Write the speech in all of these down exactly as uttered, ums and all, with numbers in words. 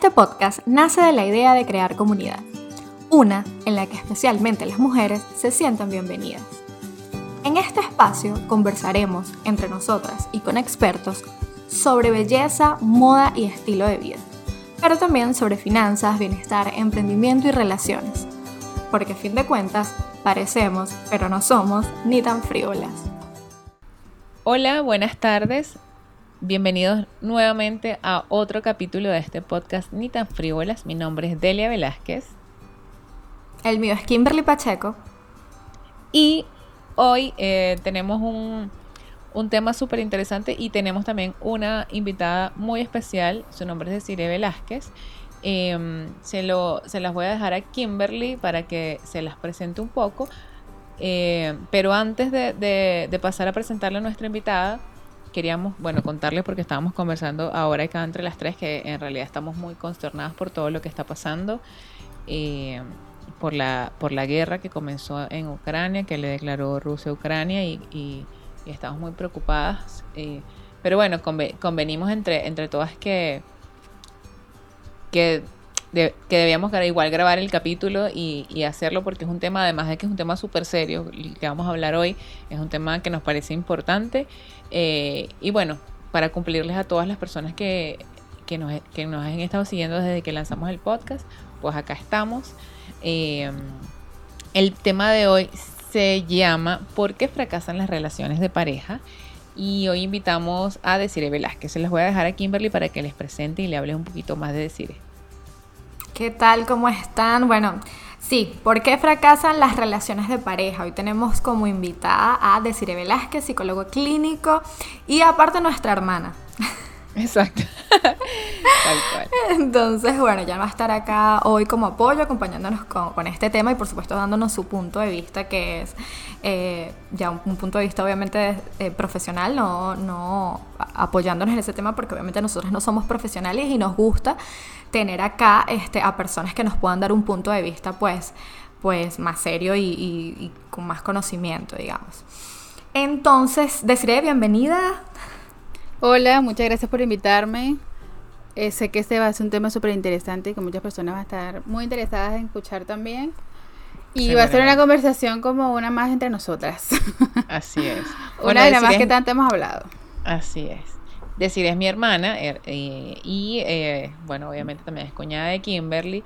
Este podcast nace de la idea de crear comunidad, una en la que especialmente las mujeres se sientan bienvenidas. En este espacio conversaremos entre nosotras y con expertos sobre belleza, moda y estilo de vida, pero también sobre finanzas, bienestar, emprendimiento y relaciones, porque a fin de cuentas parecemos, pero no somos ni tan frívolas. Hola, buenas tardes. Bienvenidos nuevamente a otro capítulo de este podcast Ni tan frívolas. Mi nombre es Delia Velázquez. El mío es Kimberly Pacheco. Y hoy eh, tenemos un, un tema súper interesante y tenemos también una invitada muy especial. Su nombre es Desiree Velázquez. Eh, se, lo, se las voy a dejar a Kimberly para que se las presente un poco. Eh, pero antes de, de, de pasar a presentarle a nuestra invitada, queríamos, bueno, contarles porque estábamos conversando ahora acá entre las tres que en realidad estamos muy consternadas por todo lo que está pasando, eh, por la por la guerra que comenzó en Ucrania, que le declaró Rusia a Ucrania y, y, y estamos muy preocupadas. Eh, pero bueno, conven, convenimos entre, entre todas que, que, de, que debíamos igual grabar el capítulo y, y hacerlo porque es un tema, además de que es un tema súper serio, el que vamos a hablar hoy, es un tema que nos parece importante. Eh, y bueno, para cumplirles a todas las personas que, que, nos, que nos han estado siguiendo desde que lanzamos el podcast, pues acá estamos. Eh, el tema de hoy se llama ¿Por qué fracasan las relaciones de pareja? Y hoy invitamos a Desiree Velázquez. Se las voy a dejar a Kimberly para que les presente y le hable un poquito más de Desiree. ¿Qué tal? ¿Cómo están? Bueno, sí, ¿por qué fracasan las relaciones de pareja? Hoy tenemos como invitada a Desiree Velázquez, psicólogo clínico y aparte nuestra hermana. Exacto. Tal cual. Entonces, bueno, ya va a estar acá hoy como apoyo, acompañándonos con, con este tema y por supuesto dándonos su punto de vista, que es eh, ya un, un punto de vista obviamente eh, profesional, no, no apoyándonos en ese tema porque obviamente nosotros no somos profesionales y nos gusta tener acá este, a personas que nos puedan dar un punto de vista pues, pues más serio y, y, y con más conocimiento, digamos. Entonces, Desiree, bienvenida. Hola, muchas gracias por invitarme. Eh, sé que este va a ser un tema súper interesante y que muchas personas van a estar muy interesadas en escuchar también. Y va a ser una conversación como una más entre nosotras. Así es. Una Bueno, de las más es, que tanto hemos hablado. Así es. Desiree es mi hermana eh, y, eh, bueno, obviamente también es cuñada de Kimberly.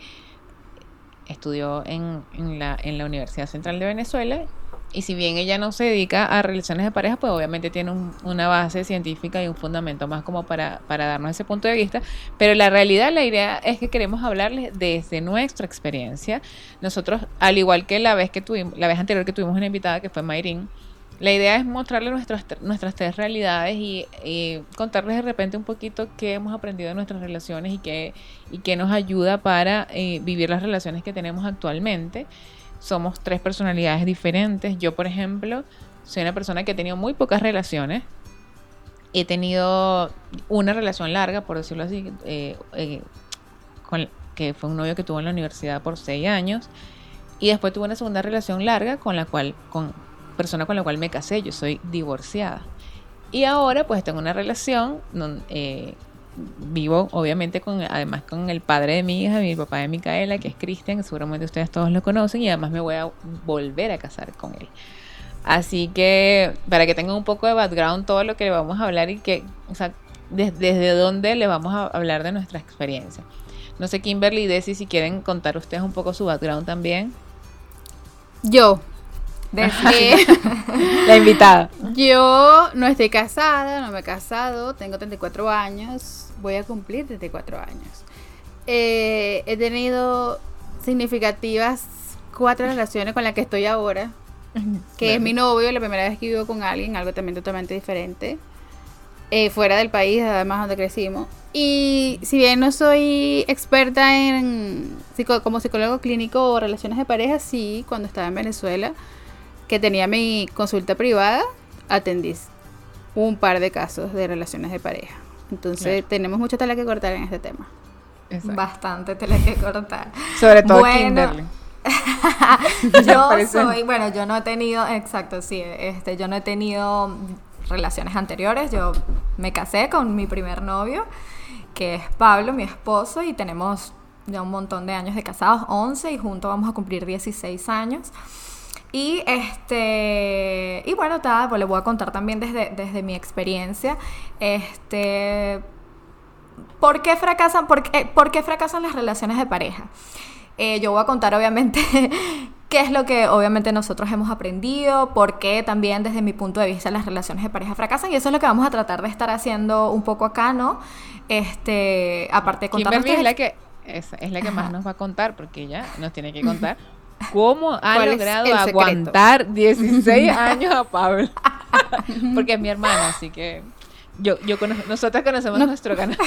Estudió en, en, la, en la Universidad Central de Venezuela. Y si bien ella no se dedica a relaciones de pareja, pues obviamente tiene un, una base científica y un fundamento más como para, para darnos ese punto de vista. Pero la realidad, la idea es que queremos hablarles desde nuestra experiencia. Nosotros, al igual que la vez que tuvimos, la vez anterior que tuvimos una invitada que fue Mayrin, la idea es mostrarles nuestras, nuestras tres realidades y, y contarles de repente un poquito qué hemos aprendido de nuestras relaciones y qué, y qué nos ayuda para eh, vivir las relaciones que tenemos actualmente. Somos tres personalidades diferentes. Yo, por ejemplo, soy una persona que he tenido muy pocas relaciones. He tenido una relación larga, por decirlo así, eh, eh, con, que fue un novio que tuve en la universidad por seis años. Y después tuve una segunda relación larga con la cual, con persona con la cual me casé. Yo soy divorciada. Y ahora, pues, tengo una relación donde eh, vivo, obviamente, con además con el padre de mi hija, mi papá de Micaela, que es Cristian, seguramente ustedes todos lo conocen, y además me voy a volver a casar con él. Así que, para que tengan un poco de background, todo lo que le vamos a hablar y que, o sea, des, desde dónde le vamos a hablar de nuestra experiencia. No sé, Kimberly y Desi, si quieren contar ustedes un poco su background también. Yo. Desde la invitada. Yo no estoy casada, no me he casado, tengo treinta y cuatro años, voy a cumplir treinta y cuatro años. Eh, he tenido significativas cuatro relaciones con la que estoy ahora, que bueno. Es mi novio, la primera vez que vivo con alguien, algo también totalmente diferente, eh, fuera del país, además donde crecimos. Y si bien no soy experta en psico- como psicólogo clínico o relaciones de pareja, sí, cuando estaba en Venezuela, que tenía mi consulta privada, atendí un par de casos de relaciones de pareja. Entonces, claro, tenemos mucha tela que cortar en este tema. Exacto. Bastante tela que cortar. Sobre todo bueno, Kimberly. yo soy, bueno, yo no he tenido, exacto, sí, este, yo no he tenido relaciones anteriores. Yo me casé con mi primer novio, que es Pablo, mi esposo, y tenemos ya un montón de años de casados, once, y juntos vamos a cumplir dieciséis años. Y este y bueno, tal, pues les voy a contar también desde, desde mi experiencia, este ¿por qué fracasan, por qué, por qué fracasan las relaciones de pareja? Eh, yo voy a contar obviamente qué es lo que obviamente nosotros hemos aprendido, por qué también desde mi punto de vista las relaciones de pareja fracasan, y eso es lo que vamos a tratar de estar haciendo un poco acá, ¿no? Este, aparte de contar Kimberly es la que es, es la que más nos va a contar, porque ella nos tiene que contar cómo ha logrado aguantar dieciséis años a Pablo. Porque es mi hermana, así que yo, yo cono- nosotras conocemos no. nuestro canal.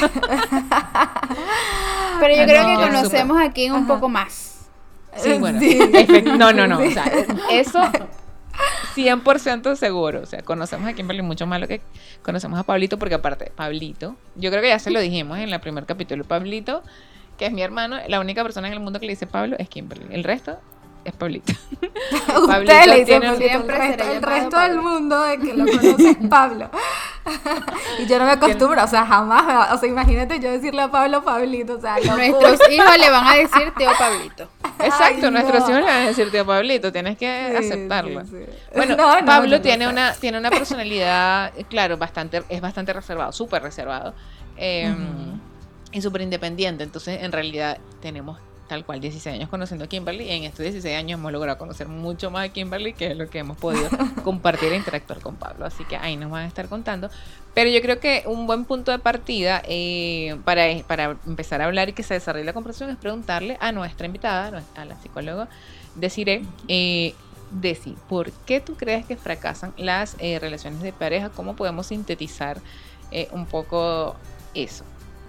Pero yo no, creo que conocemos super. aquí un Ajá. poco más. Sí, bueno. Sí. Efect- no, no, no. O sea, eso cien por ciento seguro. O sea, conocemos a Kimberly mucho más lo que conocemos a Pablito, porque aparte, Pablito, yo creo que ya se lo dijimos en el primer capítulo, Pablito, que es mi hermano, la única persona en el mundo que le dice Pablo es Kimberly. El resto es Pablito. Pablito le dicen Pablito, siempre el resto, el resto del mundo de que lo conoce es Pablo. Y yo no me acostumbro, o sea, jamás, me va, o sea, imagínate yo decirle a Pablo Pablito, o sea, nuestros hijos le van a decir tío Pablito. Exacto, Ay, nuestros no. hijos le van a decir tío Pablito, tienes que sí, aceptarlo. Sí, sí. Bueno, no, no, Pablo no, tiene no, una tiene una personalidad, claro, bastante es bastante reservado, súper reservado. Eh, uh-huh. Y súper independiente, entonces en realidad tenemos tal cual dieciséis años conociendo a Kimberly, y en estos dieciséis años hemos logrado conocer mucho más a Kimberly, que es lo que hemos podido compartir e interactuar con Pablo, así que ahí nos van a estar contando. Pero yo creo que un buen punto de partida eh, para, para empezar a hablar y que se desarrolle la conversación es preguntarle a nuestra invitada, a la psicóloga Desiree, eh, Desi, ¿por qué tú crees que fracasan las eh, relaciones de pareja? ¿Cómo podemos sintetizar eh, un poco eso?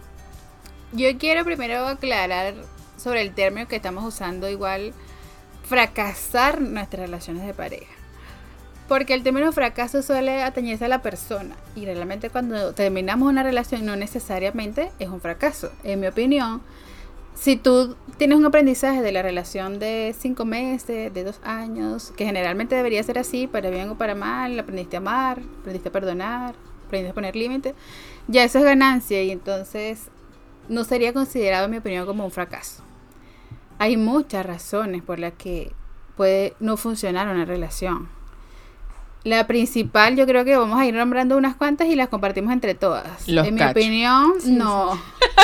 Yo quiero primero aclarar sobre el término que estamos usando, igual, fracasar nuestras relaciones de pareja. Porque el término fracaso suele atañerse a la persona, y realmente cuando terminamos una relación no necesariamente es un fracaso. En mi opinión, si tú tienes un aprendizaje de la relación de cinco meses, de dos años, que generalmente debería ser así, para bien o para mal, aprendiste a amar, aprendiste a perdonar, aprendiste a poner límites, ya eso es ganancia, y entonces no sería considerado, en mi opinión, como un fracaso. Hay muchas razones por las que puede no funcionar una relación. La principal, yo creo que vamos a ir nombrando unas cuantas y las compartimos entre todas. Los en cachos. mi opinión, sí, no.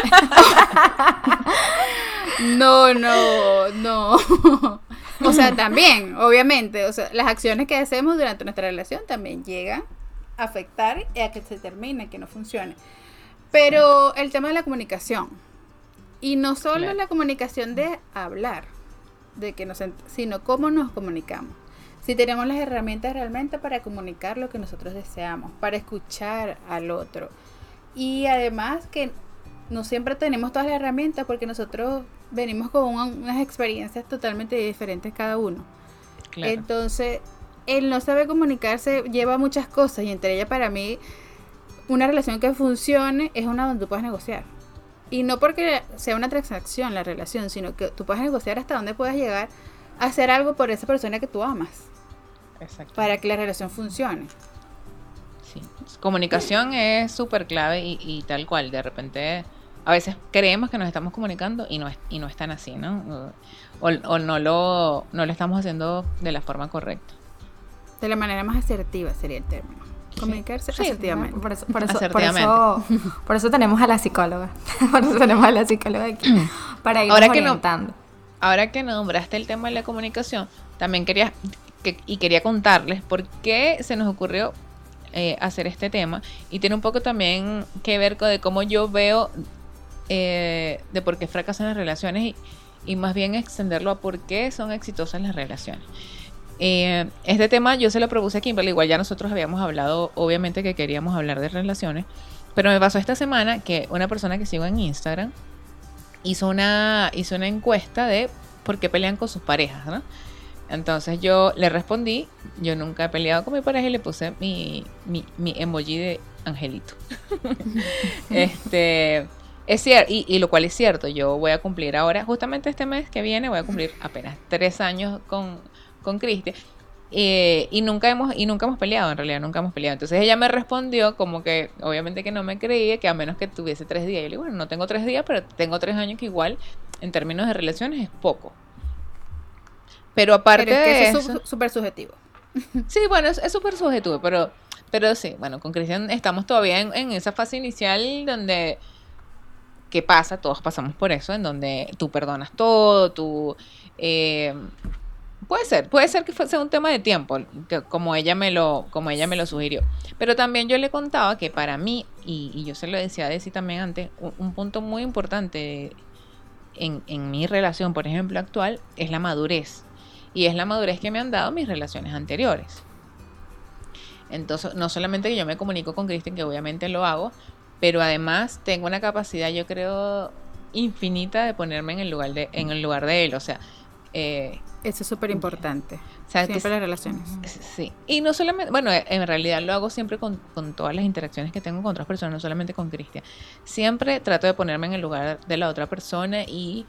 Sí. no, no, no. O sea, también, obviamente, o sea, las acciones que hacemos durante nuestra relación también llegan a afectar y a que se termine, que no funcione. Pero el tema de la comunicación, y no solo claro. la comunicación de hablar, de que nos, sino cómo nos comunicamos. Si tenemos las herramientas realmente para comunicar lo que nosotros deseamos, para escuchar al otro. Y además que no siempre tenemos todas las herramientas, porque nosotros venimos con una, unas experiencias totalmente diferentes cada uno. Claro. Entonces, el no saber comunicarse lleva muchas cosas, y entre ellas, para mí, una relación que funcione es una donde tú puedas negociar. Y no porque sea una transacción la relación, sino que tú puedas negociar hasta dónde puedas llegar a hacer algo por esa persona que tú amas. Exacto. Para que la relación funcione. Sí, comunicación es súper clave y, y tal cual. De repente, a veces creemos que nos estamos comunicando y no es, y no es tan así, ¿no? O, o no lo no lo estamos haciendo de la forma correcta. De la manera más asertiva sería el término. Comunicarse sí, asertivamente. Por eso, por, eso, asertivamente. Por, eso, por eso tenemos a la psicóloga. Por eso tenemos a la psicóloga aquí. Para ir orientando. No, ahora que nombraste el tema de la comunicación, también quería que, y quería contarles por qué se nos ocurrió eh, hacer este tema. Y tiene un poco también que ver con de cómo yo veo eh, de por qué fracasan las relaciones y, y más bien extenderlo a por qué son exitosas las relaciones. Eh, este tema yo se lo propuse a Kimberly, igual ya nosotros habíamos hablado, obviamente que queríamos hablar de relaciones, pero me pasó esta semana que una persona que sigo en Instagram hizo una, hizo una encuesta de por qué pelean con sus parejas, ¿no? Entonces yo le respondí, yo nunca he peleado con mi pareja, y le puse mi, mi, mi emoji de angelito. este es cierto, y, y lo cual es cierto, yo voy a cumplir ahora, justamente este mes que viene, voy a cumplir apenas tres años con con Cristi, Eh, y nunca hemos y nunca hemos peleado, en realidad nunca hemos peleado. Entonces ella me respondió como que obviamente que no me creía, que a menos que tuviese tres días. Yo le digo, bueno, no tengo tres días, pero tengo tres años, que igual en términos de relaciones es poco. Pero aparte Pero es que de eso eso, es súper subjetivo. sí, bueno, es es súper subjetivo, pero pero sí, bueno, con Cristian estamos todavía en, en esa fase inicial donde, ¿qué pasa? Todos pasamos por eso, en donde tú perdonas todo, tú... eh, puede ser, puede ser que fue- sea un tema de tiempo, que como ella me lo, como ella me lo sugirió. Pero también yo le contaba que para mí, y, y yo se lo decía a Desi también antes, un, un punto muy importante en, en mi relación, por ejemplo, actual, es la madurez. Y es la madurez que me han dado mis relaciones anteriores. Entonces, no solamente que yo me comunico con Cristian, que obviamente lo hago, pero además tengo una capacidad, yo creo, infinita de ponerme en el lugar de, en el lugar de él. O sea, eh, Eso es súper importante. o sea, que Siempre las relaciones. sí. Y no solamente, bueno, en realidad lo hago siempre con, con todas las interacciones que tengo con otras personas, no solamente con Cristian. Siempre trato de ponerme en el lugar de la otra persona y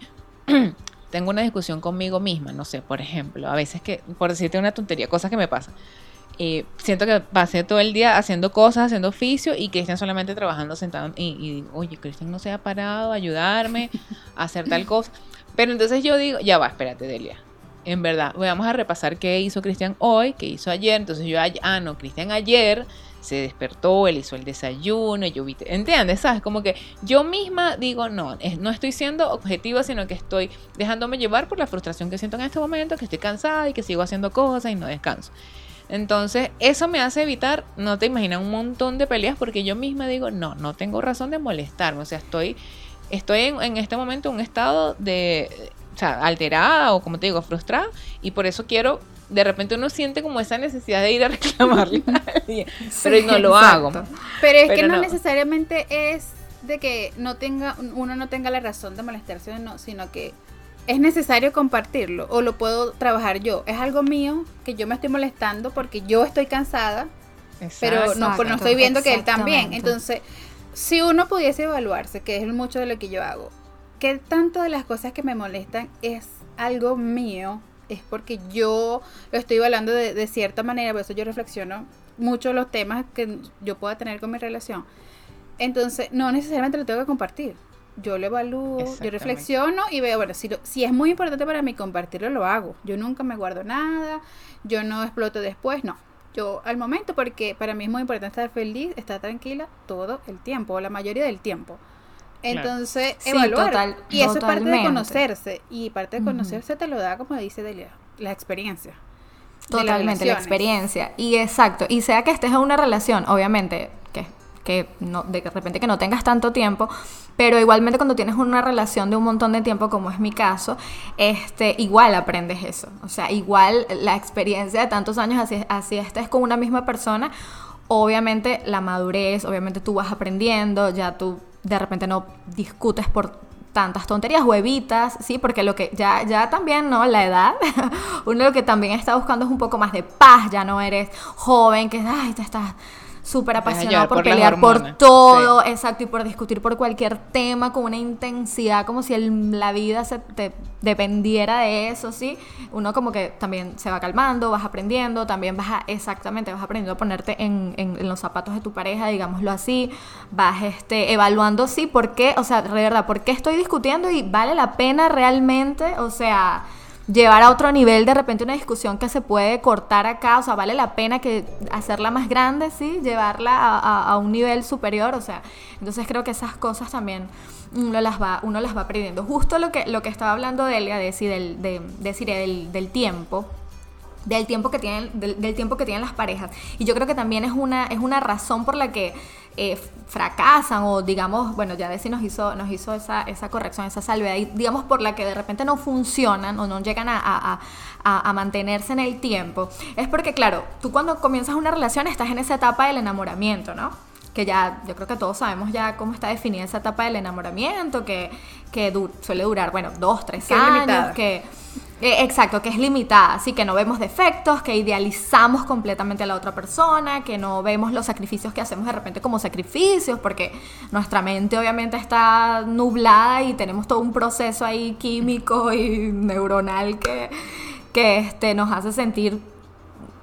tengo una discusión conmigo misma, no sé, por ejemplo, a veces que, por decirte una tontería, cosas que me pasan. Eh, siento que pasé todo el día haciendo cosas, haciendo oficio y Cristian solamente trabajando sentado y, y digo, oye, Cristian no se ha parado a ayudarme a hacer tal cosa. Pero entonces yo digo, ya va, espérate, Delia. En verdad, vamos a repasar qué hizo Cristian hoy, qué hizo ayer. Entonces yo, ay- ah, no, Cristian ayer se despertó, él hizo el desayuno, yo vi, ¿entiendes? ¿Sabes? Como que yo misma digo, no, es- no estoy siendo objetiva, sino que estoy dejándome llevar por la frustración que siento en este momento, que estoy cansada y que sigo haciendo cosas y no descanso. Entonces, eso me hace evitar, no te imaginas, un montón de peleas porque yo misma digo, no, no tengo razón de molestarme. O sea, estoy, estoy en, en este momento en un estado de, o sea, alterada o como te digo, frustrada. Y por eso quiero, de repente uno siente como esa necesidad de ir a reclamarle a alguien, pero no lo hago. exacto. Pero es que Pero no, no. necesariamente es de que no tenga uno no tenga la razón de molestarse, no, sino que es necesario compartirlo o lo puedo trabajar yo. Es algo mío que yo me estoy molestando porque yo estoy cansada, pero no, pues no estoy viendo que él también. Exactamente. Entonces, si uno pudiese evaluarse, que es mucho de lo que yo hago, que tanto de las cosas que me molestan es algo mío, es porque yo lo estoy evaluando de, de cierta manera, por eso yo reflexiono mucho los temas que yo pueda tener con mi relación. Entonces, no necesariamente lo tengo que compartir. Yo lo evalúo, yo Exactamente. reflexiono y veo, bueno, si, lo- si es muy importante para mí compartirlo, lo hago. Yo nunca me guardo nada, yo no exploto después, no. Yo al momento, porque para mí es muy importante estar feliz, estar tranquila todo el tiempo, o la mayoría del tiempo. Claro. Entonces, Sí, evaluar. total- y eso es parte de totalmente. conocerse. Y parte de Ujú. conocerse te lo da, como dice Delia, la experiencia. de las Totalmente, la relaciones. experiencia. Y exacto, y sea que estés en una relación, obviamente, que, que no, de repente que no tengas tanto tiempo, pero igualmente cuando tienes una relación de un montón de tiempo, como es mi caso, este, igual aprendes eso. O sea, igual la experiencia de tantos años, así, así estés con una misma persona, obviamente la madurez, obviamente tú vas aprendiendo, ya tú de repente no discutes por tantas tonterías o evitas, sí, porque lo que ya, ya también, ¿no? La edad, uno lo que también está buscando es un poco más de paz, ya no eres joven, que ay, te estás súper Deja apasionado llevar por, por las pelear por hormonas. todo, exacto, y por discutir por cualquier tema con una intensidad como si el- la vida se te dependiera de eso, ¿sí? Uno como que también se va calmando, vas aprendiendo, también vas a, exactamente, vas aprendiendo a ponerte en, en- en los zapatos de tu pareja, digámoslo así, vas este, evaluando, sí, por qué, o sea, de verdad, por qué estoy discutiendo y vale la pena realmente, o sea, llevar a otro nivel de repente una discusión que se puede cortar acá, o sea, vale la pena que hacerla más grande, ¿sí? Llevarla a, a- a un nivel superior, o sea, entonces creo que esas cosas también uno las va, uno las va aprendiendo. Justo lo que, lo que estaba hablando Delia, de decir, del, de, decir del, del tiempo, del tiempo que tienen del, del tiempo que tienen las parejas, y yo creo que también es una es una razón por la que eh, fracasan, o digamos, bueno, ya Desi nos hizo nos hizo esa esa corrección, esa salvedad, y digamos por la que de repente no funcionan o no llegan a, a, a, a mantenerse en el tiempo, es porque claro, tú cuando comienzas una relación estás en esa etapa del enamoramiento, ¿no? Que ya, yo creo que todos sabemos ya cómo está definida esa etapa del enamoramiento, que, que du- suele durar, bueno, dos, tres Que es años, limitada. que eh, exacto, que es limitada, así que no vemos defectos, que idealizamos completamente a la otra persona, que no vemos los sacrificios que hacemos de repente como sacrificios, porque nuestra mente obviamente está nublada y tenemos todo un proceso ahí químico y neuronal que, que este, nos hace sentir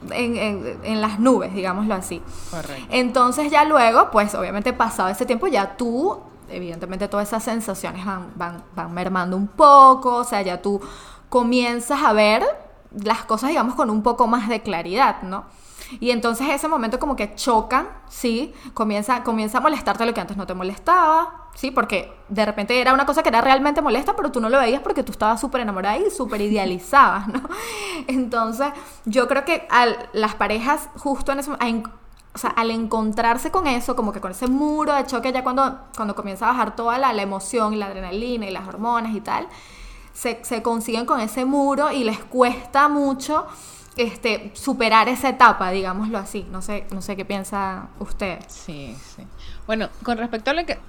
en, en, en las nubes, digámoslo así. Correcto. Entonces ya luego, pues obviamente pasado ese tiempo, ya tú, evidentemente todas esas sensaciones van, van, van mermando un poco, o sea, ya tú comienzas a ver las cosas, digamos, con un poco más de claridad, ¿no? Y entonces ese momento como que chocan, ¿sí? Comienza, comienza a molestarte lo que antes no te molestaba, ¿sí? Porque de repente era una cosa que era realmente molesta, pero tú no lo veías porque tú estabas súper enamorada y súper idealizabas, ¿no? Entonces yo creo que a las parejas justo en ese momento, o sea, al encontrarse con eso, como que con ese muro de choque, ya cuando, cuando comienza a bajar toda la, la emoción y la adrenalina y las hormonas y tal, se, se consiguen con ese muro y les cuesta mucho este, superar esa etapa, digámoslo así. No sé, no sé qué piensa usted. Sí, sí. Bueno, con respecto a lo que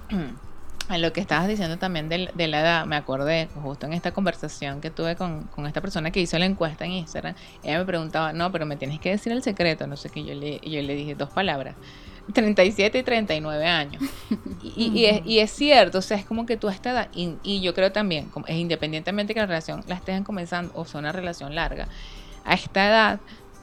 a lo que estabas diciendo también de, de la edad, me acordé justo en esta conversación que tuve con, con esta persona que hizo la encuesta en Instagram. Ella me preguntaba, no, pero me tienes que decir el secreto, no sé qué. Yo le, yo le dije dos palabras, treinta y siete y treinta y nueve años. Y, y, y, es, y es cierto, o sea, es como que tú a esta edad, y, y yo creo también, como, es independientemente que la relación la estén comenzando o sea una relación larga, a esta edad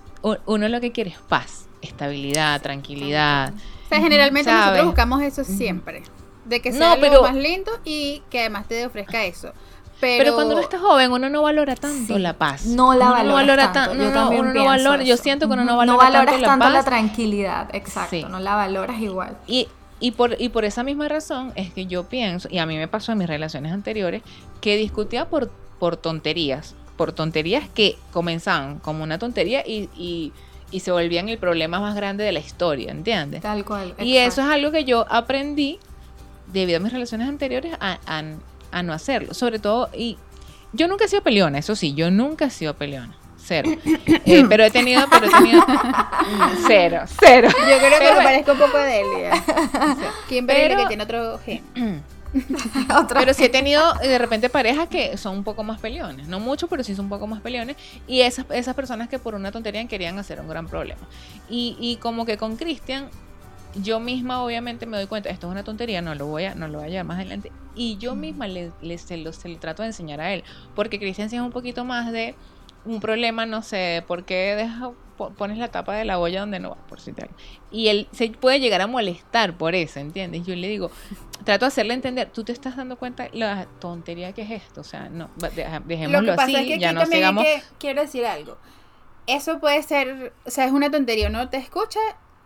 uno lo que quiere es paz, estabilidad, tranquilidad. O sea, generalmente ¿sabes? Nosotros buscamos eso siempre, de que sea No, algo pero- más lindo y que además te ofrezca eso. Pero, Pero cuando uno está joven, uno no valora tanto Sí, la paz. no la Uno valoras valora tanto. tan- Yo no, no, también uno no pienso valora, yo eso. siento que uno no Ujú. valora No valoras tanto la tanto paz. la tranquilidad, exacto, Sí. no la valoras igual. Y, y, por, y por esa misma razón es que yo pienso, y a mí me pasó en mis relaciones anteriores, que discutía por, por tonterías, por tonterías que comenzaban como una tontería y, y, y se volvían el problema más grande de la historia, ¿entiendes? Tal cual. Y eso es algo que yo aprendí debido a mis relaciones anteriores a, a, a no hacerlo. Sobre todo, y yo nunca he sido peleona, eso sí, yo nunca he sido peleona. Cero. Eh, pero he tenido, pero he tenido cero, cero. yo creo que Pero- me parezco un poco a Delia. O sea, Kimberly Pero- que tiene otro gen. Otra Pero sí he tenido eh, de repente parejas que son un poco más peleones, no mucho, pero sí son un poco más peleones, y esas, esas personas que por una tontería querían hacer un gran problema. Y, y como que con Cristian, yo misma obviamente me doy cuenta, esto es una tontería, no lo voy a, no lo voy a llevar más adelante, y yo misma le, le- se, lo, se lo trato de enseñar a él, porque Cristian sí es un poquito más de un problema, no sé, ¿por qué deja, po- pones la tapa de la olla donde no va? Por si tal. Y él se puede llegar a molestar por eso, ¿entiendes? Yo le digo, trato de hacerle entender, tú te estás dando cuenta la tontería que es esto, o sea, no, va- deja- Lo dejémoslo que pasa así, es que ya aquí no también sigamos. hay que, quiero decir algo. Eso puede ser, o sea, es una tontería, uno te escucha,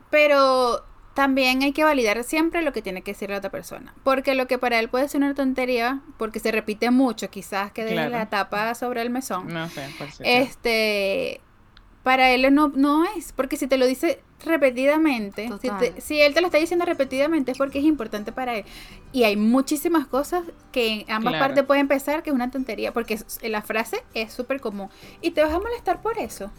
pero también hay que validar siempre lo que tiene que decir la otra persona. Porque lo que para él puede ser una tontería, porque se repite mucho, quizás que deje Claro. la tapa sobre el mesón. No sé, por si Este, para él no, no es, porque si te lo dice repetidamente, si, Total. te- si él te lo está diciendo repetidamente es porque es importante para él. Y hay muchísimas cosas que en ambas Claro. partes pueden pensar que es una tontería, porque es- la frase es súper común. Y te vas a molestar por eso.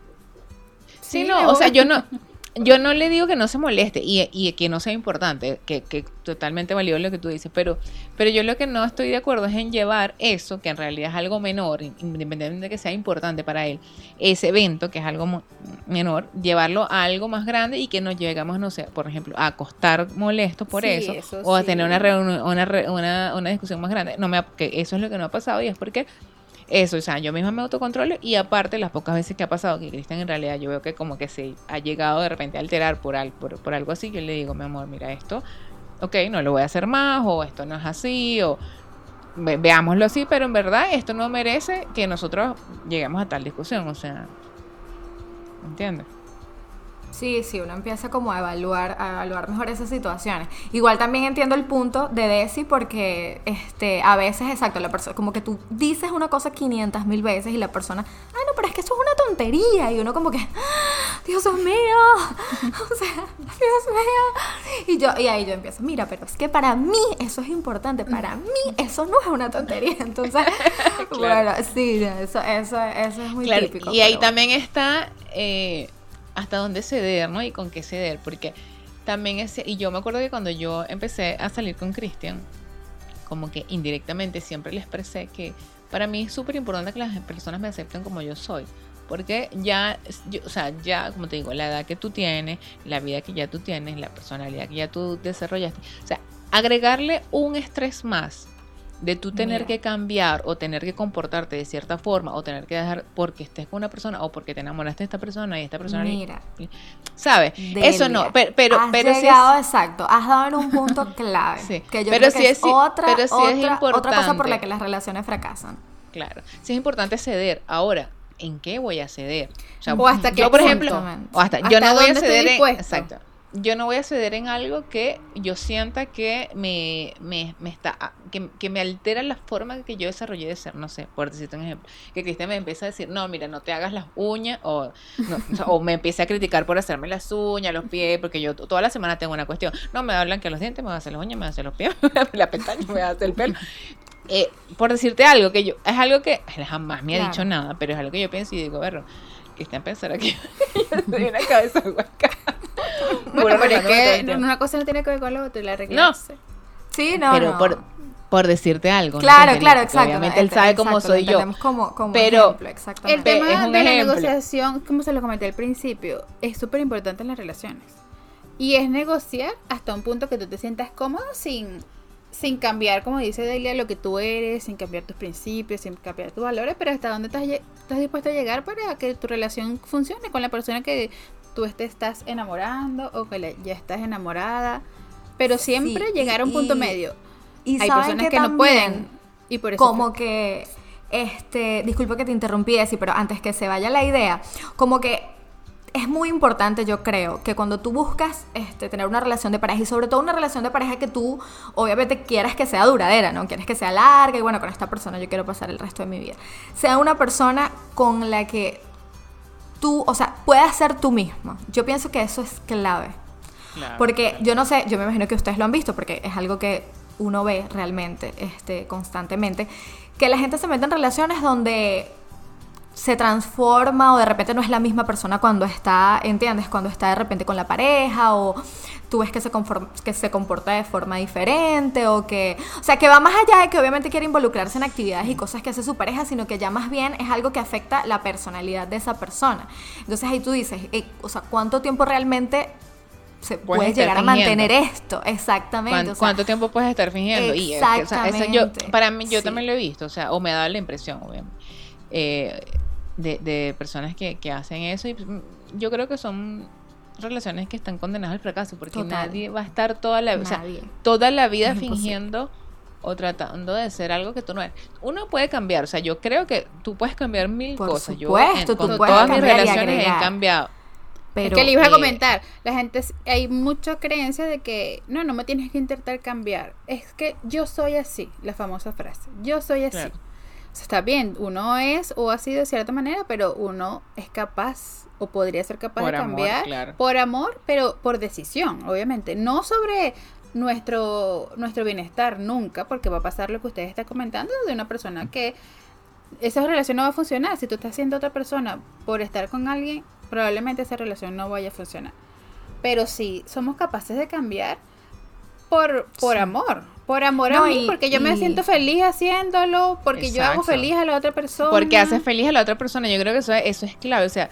Sí, Sí, no, me o sea, voy. yo no, yo no le digo que no se moleste y, y que no sea importante, que, que totalmente válido lo que tú dices, pero, pero yo lo que no estoy de acuerdo es en llevar eso, que en realidad es algo menor, independientemente de que sea importante para él, ese evento, que es algo mo- menor, llevarlo a algo más grande y que nos llegamos, no sé, por ejemplo, a acostar molestos por Sí, eso, eso o a sí. tener una, reunión, una, re- una, una discusión más grande. No me ha- que eso es lo que no ha pasado y es porque eso, o sea, yo misma me autocontrolo y aparte las pocas veces que ha pasado que Cristian en realidad yo veo que como que se ha llegado de repente a alterar por, al, por, por algo así, yo le digo, mi amor, mira esto, ok, no lo voy a hacer más o esto no es así o ve- veámoslo así, pero en verdad esto no merece que nosotros lleguemos a tal discusión, o sea, ¿entiendes? Sí, sí, uno empieza como a evaluar, a evaluar mejor esas situaciones. Igual también entiendo el punto de Desi porque este, a veces, exacto, la persona, como que tú dices una cosa quinientas mil veces y la persona, ay no, pero es que eso es una tontería. Y uno como que, ¡ah! Dios mío, o sea, Dios mío. Y, yo, y ahí yo empiezo, mira, pero es que para mí eso es importante, para mí eso no es una tontería. Entonces, bueno, sí, eso, eso, eso es muy Claro, típico. y ahí pero también está eh, hasta dónde ceder, ¿no? Y con qué ceder, porque también es, y yo me acuerdo que cuando yo empecé a salir con Cristian, como que indirectamente siempre le expresé que para mí es súper importante que las personas me acepten como yo soy, porque ya, yo, o sea, ya, como te digo, la edad que tú tienes, la vida que ya tú tienes, la personalidad que ya tú desarrollaste, o sea, agregarle un estrés más de tú tener Mira. que cambiar o tener que comportarte de cierta forma o tener que dejar porque estés con una persona o porque te enamoraste de esta persona y esta persona, Mira. ¿sabes? Eso no, Delia, pero pero, has pero sí llegado, es, exacto, has dado en un punto clave, sí, que yo pero creo sí que es, es otra, pero sí es otra, otra cosa por la importante. que las relaciones fracasan. Claro, sí es importante ceder. Ahora, ¿en qué voy a ceder? O sea, O hasta qué yo por punto. ejemplo, Exactamente. o hasta, ¿Hasta yo no voy a dónde estoy ceder en, dispuesto? exacto. Yo no voy a ceder en algo que yo sienta que me, me, me está que, que me altera la forma que yo desarrollé de ser, no sé, por decirte un ejemplo, que Cristian me empieza a decir, no, mira, no te hagas las uñas, o, no, o, sea, o me empiece a criticar por hacerme las uñas, los pies, porque yo t- toda la semana tengo una cuestión, no, me hablan que los dientes, me voy a hacer las uñas, me voy a hacer los pies, la pestaña, me voy a hacer el pelo. Eh, por decirte algo, que yo, es algo que él jamás me ha Claro. dicho nada, pero es algo que yo pienso y digo, berro, Cristian pensará que yo soy una cabeza hueca. Bueno, pero es arreglándome todo que el tiempo. una cosa no tiene que ver con la otra, la arreglarse. Sí, no, pero no. por, por decirte algo. ¿no? Claro, Porque claro, él- exacto. Obviamente no, él sabe exacto, cómo lo soy yo. entendemos Como, como Pero- ejemplo, El exactamente. Pe- tema es un de la ejemplo. negociación, como se lo comenté al principio, es súper importante en las relaciones. Y es negociar hasta un punto que tú te sientas cómodo sin, sin cambiar, como dice Delia, lo que tú eres, sin cambiar tus principios, sin cambiar tus valores, pero hasta dónde estás, lle- estás dispuesto a llegar para que tu relación funcione con la persona que tú te estás enamorando o que la- ya estás enamorada. Pero siempre Sí, llegar a un y- punto y- medio. Y Hay saben personas que, que no también, pueden. Y por eso como que, este, disculpa que te interrumpí, Desi, pero antes que se vaya la idea, como que es muy importante, yo creo, que cuando tú buscas este, tener una relación de pareja, y sobre todo una relación de pareja que tú, obviamente, quieras que sea duradera, ¿no? Quieres que sea larga, y bueno, con esta persona yo quiero pasar el resto de mi vida. Sea una persona con la que tú, o sea, puedas ser tú mismo. Yo pienso que eso es clave. Claro, Porque claro. yo no sé, yo me imagino que ustedes lo han visto, porque es algo que uno ve realmente, este, constantemente, que la gente se mete en relaciones donde se transforma o de repente no es la misma persona cuando está, ¿entiendes? Cuando está de repente con la pareja, o tú ves que se, conform- que se comporta de forma diferente, o que, o sea, que va más allá de que obviamente quiere involucrarse en actividades y cosas que hace su pareja, sino que ya más bien es algo que afecta la personalidad de esa persona. Entonces ahí tú dices, eh, o sea, ¿cuánto tiempo realmente se Puedes puede estar llegar a fingiendo. mantener esto? Exactamente. ¿Cuán- o sea, ¿Cuánto tiempo puedes estar fingiendo? Y es que, o sea, eso yo, Exactamente. para mí, yo Sí. también lo he visto, o sea, o me da la impresión, obviamente, eh, de, de personas que, que hacen eso, y mm, yo creo que son relaciones que están condenadas al fracaso, porque Total. nadie va a estar toda la, o sea, Nadie. toda la vida Es imposible. fingiendo o tratando de ser algo que tú no eres. Uno puede cambiar, o sea, yo creo que tú puedes cambiar mil Por cosas. Yo supuesto, en- tú con puedes todas mis cambiar y relaciones he agregar. cambiado. Pero, es que le iba a eh, comentar, la gente, hay mucha creencia de que no, no me tienes que intentar cambiar, es que yo soy así, la famosa frase, yo soy así. Claro. O sea, está bien, uno es o ha sido de cierta manera, pero uno es capaz o podría ser capaz Por de amor, cambiar claro. por amor, pero por decisión, obviamente, no sobre nuestro nuestro bienestar nunca, porque va a pasar lo que ustedes están comentando de una persona que esa relación no va a funcionar. Si tú estás siendo otra persona por estar con alguien, probablemente esa relación no vaya a funcionar. Pero si somos capaces de cambiar por, por Sí. amor, por amor No, a mí, y- porque yo me y- siento feliz haciéndolo, porque yo hago Exacto. feliz a la otra persona. Porque haces feliz a la otra persona. Yo creo que eso es, eso es clave. O sea,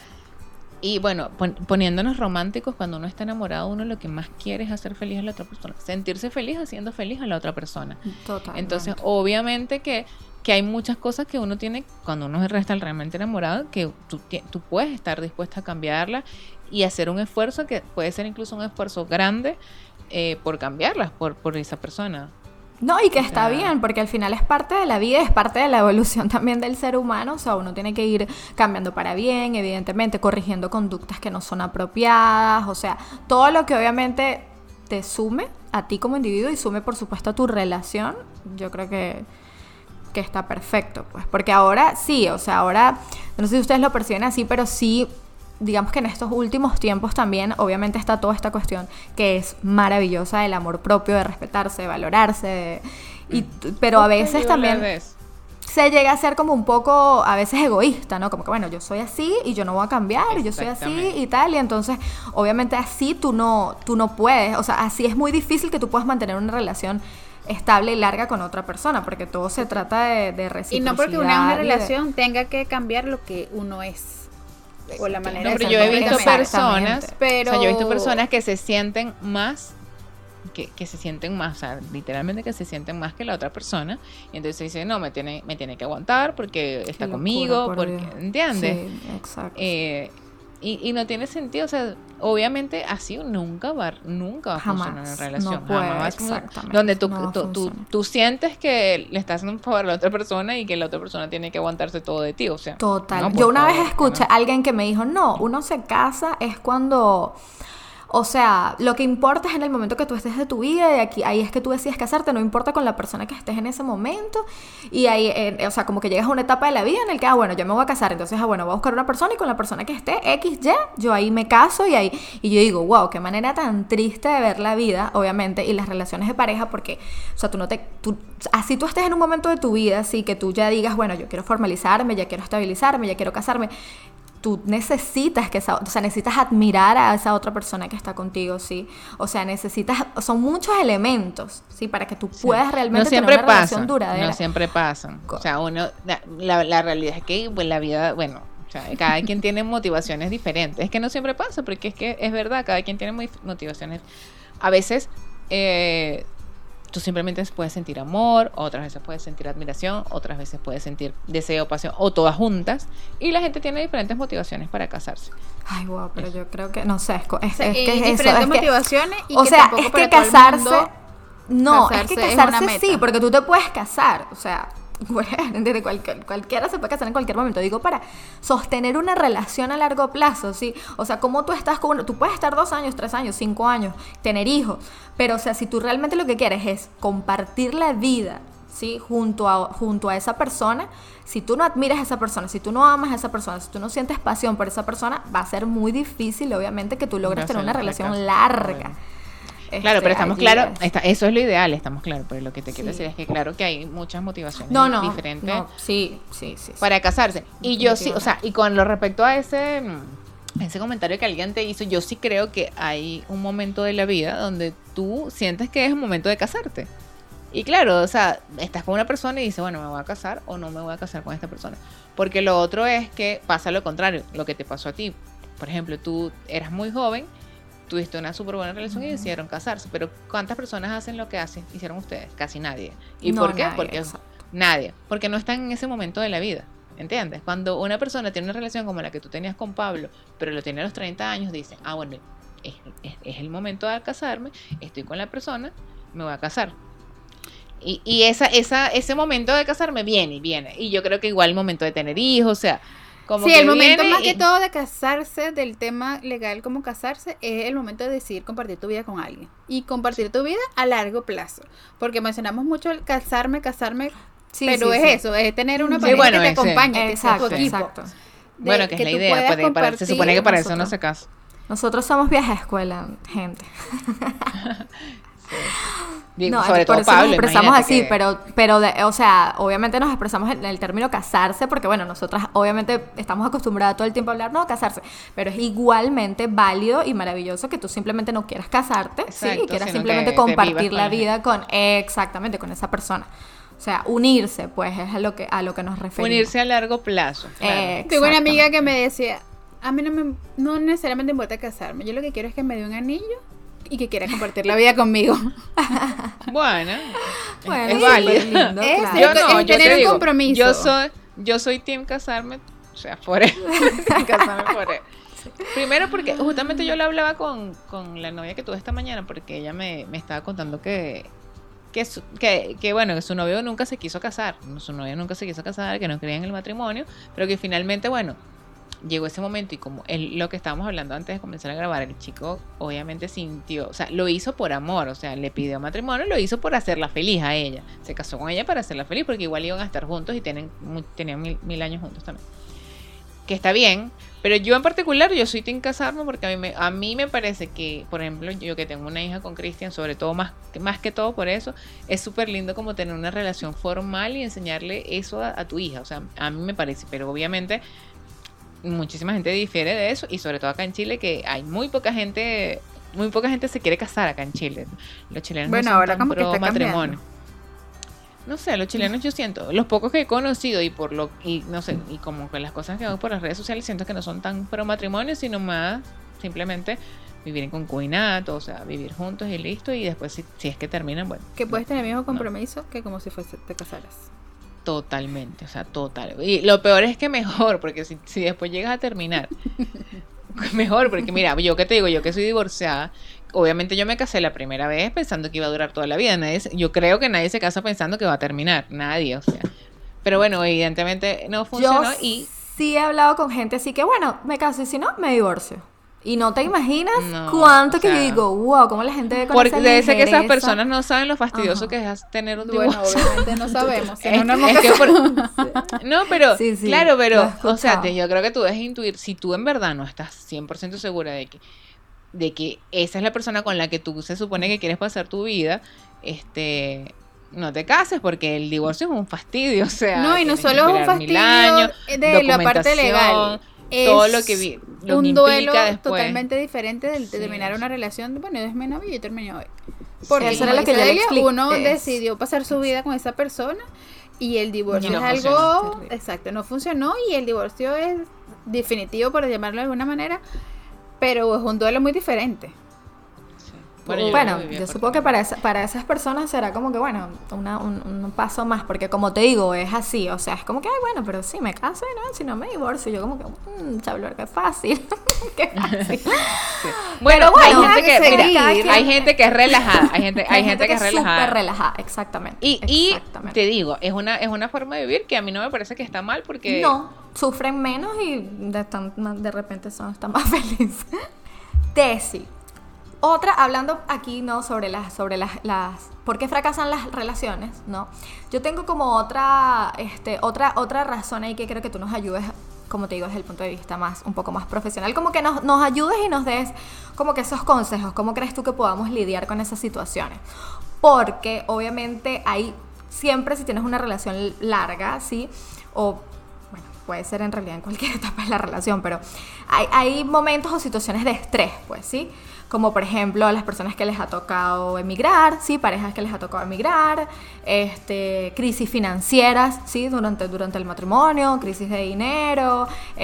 y bueno, pon- poniéndonos románticos, cuando uno está enamorado, uno lo que más quiere es hacer feliz a la otra persona. Sentirse feliz haciendo feliz a la otra persona. Totalmente. Entonces, obviamente que, que hay muchas cosas que uno tiene, cuando uno está realmente enamorado, que tú, ti- tú puedes estar dispuesta a cambiarla y hacer un esfuerzo que puede ser incluso un esfuerzo grande eh, por cambiarlas, por, por esa persona. No, y que O está sea- bien, porque al final es parte de la vida, es parte de la evolución también del ser humano, o sea, uno tiene que ir cambiando para bien, evidentemente, corrigiendo conductas que no son apropiadas, o sea, todo lo que obviamente te sume a ti como individuo y sume, por supuesto, a tu relación, yo creo que, que está perfecto, pues, porque ahora sí, o sea, ahora, no sé si ustedes lo perciben así, pero sí, digamos que en estos últimos tiempos también, obviamente está toda esta cuestión que es maravillosa del amor propio, de respetarse, de valorarse, de- y, pero a veces también se llega a ser como un poco, a veces egoísta, ¿no? Como que, bueno, yo soy así y yo no voy a cambiar, y yo soy así Exactamente. y tal, y entonces, obviamente así tú no, tú no puedes, o sea, así es muy difícil que tú puedas mantener una relación estable y larga con otra persona, porque todo se trata de, de Y reciprocidad. no porque una, una y de- relación tenga que cambiar lo que uno es. O la manera No, de pero ser yo he visto completamente. personas, Exactamente. Pero- o sea, yo he visto personas que se sienten más, que, que se sienten más, o sea, literalmente que se sienten más que la otra persona, y entonces dicen, no, me tiene, me tiene que aguantar porque está Qué conmigo, locura, por porque, Dios. ¿entiendes? Sí, exacto. Eh, y, y no tiene sentido, o sea, obviamente así nunca va, nunca va a Jamás, funcionar una relación, no puede, jamás va a funcionar. exactamente, Donde tú, no tú, tú, funciona. tú sientes que le estás haciendo un favor a la otra persona y que la otra persona tiene que aguantarse todo de ti, o sea. Total. no, por Yo una favor, vez que escuché no. a alguien que me dijo, no, uno se casa es cuando... O sea, lo que importa es en el momento que tú estés de tu vida, y aquí, ahí es que tú decides casarte, no importa con la persona que estés en ese momento. Y ahí, eh, o sea, como que llegas a una etapa de la vida en el que, ah, bueno, yo me voy a casar, entonces, ah, bueno, voy a buscar una persona y con la persona que esté, X, Y, yo ahí me caso y ahí, y yo digo, wow, qué manera tan triste de ver la vida, obviamente, y las relaciones de pareja, porque, o sea, tú no te, tú, así tú estés en un momento de tu vida, así que tú ya digas, bueno, yo quiero formalizarme, ya quiero estabilizarme, ya quiero casarme. Tú necesitas que esa, o sea, necesitas admirar a esa otra persona que está contigo, ¿sí? O sea, necesitas, son muchos elementos, ¿sí? Para que tú puedas No realmente siempre tener una pasa, relación duradera. no siempre pasan. O sea, uno, la, la, la realidad es que pues, la vida, bueno, o sea, cada quien tiene motivaciones diferentes. Es que no siempre pasa, porque es que es verdad, cada quien tiene muy- motivaciones. A veces, eh, tú simplemente puedes sentir amor, otras veces puedes sentir admiración, otras veces puedes sentir deseo, pasión, o todas juntas. Y la gente tiene diferentes motivaciones para casarse. Ay, wow, pero yo creo que, no sé, es, co- es, O sea, es y que es eso. diferentes Es que, motivaciones y o que sea, tampoco es que para todo el casarse... mundo No, es casarse que es una casarse meta. sí, porque tú te puedes casar, o sea, bueno, ¿entiendes? Cualquier- cualquiera se puede casar en cualquier momento. Digo, para sostener una relación a largo plazo, ¿sí? O sea, como tú estás con uno, tú puedes estar dos años, tres años, cinco años, tener hijos, pero o sea, si tú realmente lo que quieres es compartir la vida, ¿sí? Junto a, junto a esa persona, si tú no admiras a esa persona, si tú no amas a esa persona, si tú no sientes pasión por esa persona, va a ser muy difícil, obviamente, que tú logres Va a tener ser una un relación fracaso. larga. Bueno. Este, Claro, pero estamos allí claros, es- está, eso es lo ideal, estamos claros, pero lo que te quiero Sí. decir es que claro que hay muchas motivaciones No, no, diferentes no, sí, sí, sí. sí. para casarse. Y yo sí, o Definitivamente. sea, y con lo respecto a ese, mm, ese comentario que alguien te hizo, yo sí creo que hay un momento de la vida donde tú sientes que es el momento de casarte. Y claro, o sea, estás con una persona y dices, bueno, me voy a casar o no me voy a casar con esta persona. Porque lo otro es que pasa lo contrario, lo que te pasó a ti. Por ejemplo, tú eras muy joven, tuviste una súper buena relación y decidieron casarse. Pero ¿cuántas personas hacen lo que hacen, hicieron ustedes? Casi nadie. ¿Y No, por qué? nadie, Porque exacto. nadie. Porque no están en ese momento de la vida. ¿Entiendes? Cuando una persona tiene una relación como la que tú tenías con Pablo, pero lo tiene a los treinta años, dice, ah, bueno, es, es, es el momento de casarme, estoy con la persona, me voy a casar. Y, y esa, esa, ese momento de casarme viene y viene. Y yo creo que igual el momento de tener hijos, o sea, como Sí, que el momento viene más que y- todo de casarse, del tema legal como casarse, es el momento de decidir compartir tu vida con alguien. Y compartir tu vida a largo plazo. Porque mencionamos mucho el casarme, casarme, Sí, pero sí, es sí. eso, es tener una Sí, pareja bueno, que te ese. acompañe, que sea tu Exacto, equipo. exacto. De- bueno, que, es la tú idea, puedas pues, de- para- se supone que para eso no nosotros. se casa. Nosotros somos vieja escuela, gente. Digo, No, sobre por todo eso Pablo, nos expresamos imagínate así, que- pero, pero de- o sea, obviamente nos expresamos en el término casarse, porque bueno, nosotras obviamente estamos acostumbradas todo el tiempo a hablar, no, casarse, pero es igualmente válido y maravilloso que tú simplemente no quieras casarte, sí, Exacto, y quieras sino simplemente que te compartir vivas con la la vida con, exactamente, con esa persona. O sea, unirse, pues, es a lo que, a lo que nos referimos. unirse a largo plazo. Claro. Eh, Tengo una amiga exactamente. que me decía, a mí no me no necesariamente importa casarme, yo lo que quiero es que me dé un anillo y que quiera compartir la vida conmigo. Bueno, Bueno, es súper válido. lindo, Es- claro. Yo es no, yo tener te un digo, compromiso. Yo soy, yo soy team casarme, o sea, forever. Team casarme forever. Primero porque justamente yo le hablaba con, con la novia que tuve esta mañana, porque ella me, me estaba contando que, que, su- que, que, bueno, que su novio nunca se quiso casar, su novia nunca se quiso casar, que no creía en el matrimonio, pero que finalmente, bueno, llegó ese momento y como él, lo que estábamos hablando antes de comenzar a grabar, el chico obviamente sintió, o sea, lo hizo por amor, o sea, le pidió matrimonio, lo hizo por hacerla feliz a ella, se casó con ella para hacerla feliz, porque igual iban a estar juntos y tienen, mu- tenían mil, mil años juntos también, que está bien, pero yo en particular, yo soy team casarme porque a mí me, a mí me parece que, por ejemplo, yo que tengo una hija con Cristian, sobre todo más, más que todo por eso, es súper lindo como tener una relación formal y enseñarle eso a, a tu hija, o sea, a mí me parece, pero obviamente muchísima gente difiere de eso y sobre todo acá en Chile que hay muy poca gente, muy poca gente se quiere casar acá en Chile. Los chilenos Bueno, no son ahora tan como que pro está cambiando. matrimonio. No sé, los chilenos yo siento, los pocos que he conocido y por lo y no sé, y como que las cosas que hago por las redes sociales siento que no son tan pro matrimonio, sino más simplemente vivir en concubinato, o sea, vivir juntos y listo, y después si, si es que terminan, bueno. Que puedes no, tener el mismo no. compromiso que como si fuese te casaras. Totalmente, o sea, total. Y lo peor es que mejor, porque si, si después llegas a terminar, mejor, porque mira, yo que te digo, yo que soy divorciada, obviamente yo me casé la primera vez pensando que iba a durar toda la vida. Nadie, se- yo creo que nadie se casa pensando que va a terminar, nadie, o sea. Pero bueno, evidentemente no funcionó Yo y sí he hablado con gente así que, bueno, me caso y si no, me divorcio. Y no te imaginas No, cuánto o que yo sea, digo, wow, cómo la gente con porque esa debe ser que esas ligereza. personas no saben lo fastidioso Ajá. que es tener un Bueno, divorcio. obviamente no sabemos. Si Es, no, no hemos es que casado. por- no, pero Sí, sí, claro, lo pero he o sea, escuchado. te- yo creo que tú debes intuir si tú en verdad no estás cien por ciento segura de que de que esa es la persona con la que tú se supone que quieres pasar tu vida, este no te cases porque el divorcio es un fastidio, o sea, No, y no tienes que solo es un esperar mil fastidio años, de la parte legal. documentación, todo Es lo que vi- lo un que duelo implica después. totalmente diferente de, de Sí, terminar o una sea. relación. Bueno, es mi novio y yo terminé hoy. Porque Eso como era lo que dice yo le Delia, expliqué. uno Es- decidió pasar su vida con esa persona y el divorcio Y no es funcionó. algo Terrible. exacto, no funcionó y el divorcio es definitivo, por llamarlo de alguna manera, pero es un duelo muy diferente. Sí. Bueno, yo bueno lo viví yo aparte. supongo que para, esa- para esas personas será como que, bueno, una, un, un paso más, porque como te digo, es así, o sea, es como que, ay, bueno, pero sí, me caso y no, si no me divorcio, yo como que, mmm, chabler, qué fácil, qué fácil. Sí. Bueno, bueno, hay gente que, seguir. mira, Cada quien- hay gente que es relajada, hay gente, hay gente que es súper relajada. relajada, exactamente. Y, y exactamente. te digo, es una, es una forma de vivir que a mí no me parece que está mal porque No, sufren menos y de, tan- de repente son están más felices. Desi, otra, hablando aquí, ¿no? Sobre las, sobre las, las, ¿por qué fracasan las relaciones, ¿no? Yo tengo como otra, este, otra, otra razón ahí que creo que tú nos ayudes, como te digo, desde el punto de vista más, un poco más profesional, como que nos, nos ayudes y nos des como que esos consejos, ¿cómo crees tú que podamos lidiar con esas situaciones? Porque obviamente hay, siempre si tienes una relación larga, ¿sí? O bueno, puede ser en realidad en cualquier etapa de la relación, pero hay, hay momentos o situaciones de estrés, pues, ¿sí? Como por ejemplo a las personas que les ha tocado emigrar, ¿sí? Parejas que les ha tocado emigrar, este, crisis financieras, ¿sí? Durante, durante el matrimonio, crisis de dinero,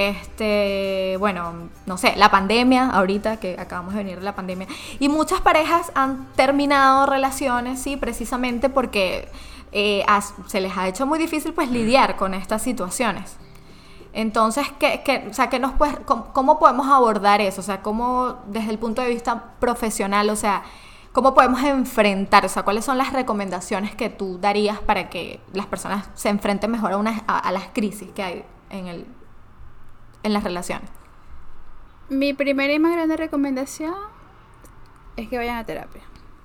este, bueno, no sé, la pandemia, ahorita que acabamos de venir de la pandemia. Y muchas parejas han terminado relaciones, ¿sí? Precisamente porque eh, has- se les ha hecho muy difícil pues lidiar con estas situaciones. Entonces, ¿qué, qué, o sea, ¿qué nos puedes, cómo, cómo podemos abordar eso? O sea, ¿cómo desde el punto de vista profesional, o sea, cómo podemos enfrentar, o sea, cuáles son las recomendaciones que tú darías para que las personas se enfrenten mejor a, una, a, a las crisis que hay en, el, en las relaciones? Mi primera y más grande recomendación es que vayan a terapia.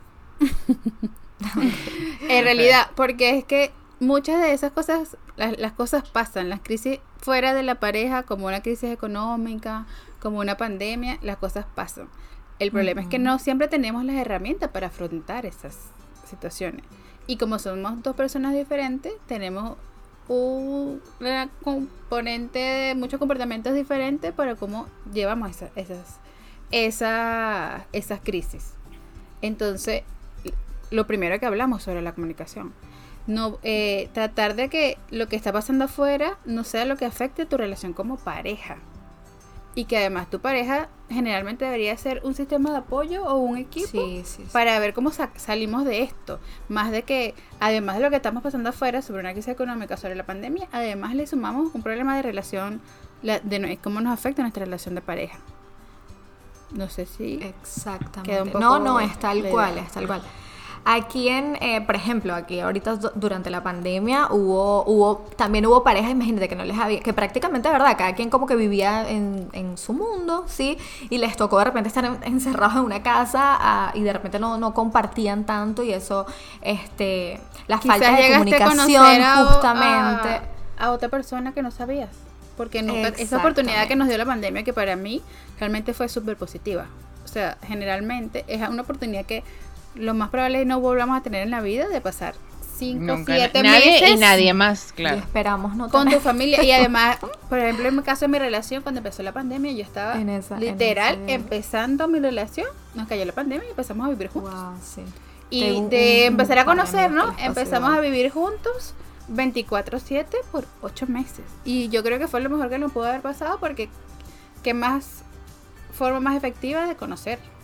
En realidad, porque es que muchas de esas cosas, las, las cosas pasan, las crisis fuera de la pareja, como una crisis económica, como una pandemia, las cosas pasan. El problema es que no siempre tenemos las herramientas para afrontar esas situaciones. Y como somos dos personas diferentes, tenemos una componente de muchos comportamientos diferentes para cómo llevamos esa, esas, esa, esas crisis. Entonces, lo primero que hablamos sobre la comunicación. No, eh, tratar de que lo que está pasando afuera no sea lo que afecte tu relación como pareja. Y que además tu pareja generalmente debería ser un sistema de apoyo o un equipo Sí, sí, sí. para ver cómo sa- salimos de esto. Más de que, además de lo que estamos pasando afuera sobre una crisis económica, sobre la pandemia, además le sumamos un problema de relación, la- de no- cómo nos afecta nuestra relación de pareja. No sé si... Queda Exactamente. un poco No, no, es tal la cual, idea. es tal cual. Aquí en, eh, por ejemplo, aquí ahorita du- durante la pandemia hubo, hubo, también hubo parejas, imagínate que no les había, que prácticamente, de verdad, cada quien como que vivía en, en su mundo, ¿sí? Y les tocó de repente estar en- encerrados en una casa ah, y de repente no, no compartían tanto y eso, este, la Quizás falta de llegaste a comunicación conocer a, justamente. a, a otra persona que no sabías. Porque nunca, esa Exactamente. oportunidad que nos dio la pandemia, que para mí realmente fue súper positiva. O sea, generalmente es una oportunidad que lo más probable es que no volvamos a tener en la vida, de pasar cinco, nunca siete nadie meses y nadie más, Y claro. esperamos no con tu tener- familia. Y además, por ejemplo, en mi caso de mi relación, cuando empezó la pandemia, yo estaba En esa- en literal ese- empezando mi relación. Nos cayó la pandemia y empezamos a vivir juntos. Wow, sí. Y Tengo un- de un empezar a par de conocernos, amigos que les pasó empezamos igual. a vivir juntos veinticuatro siete por ocho meses. Y yo creo que fue lo mejor que nos pudo haber pasado porque qué más forma más efectiva de conocer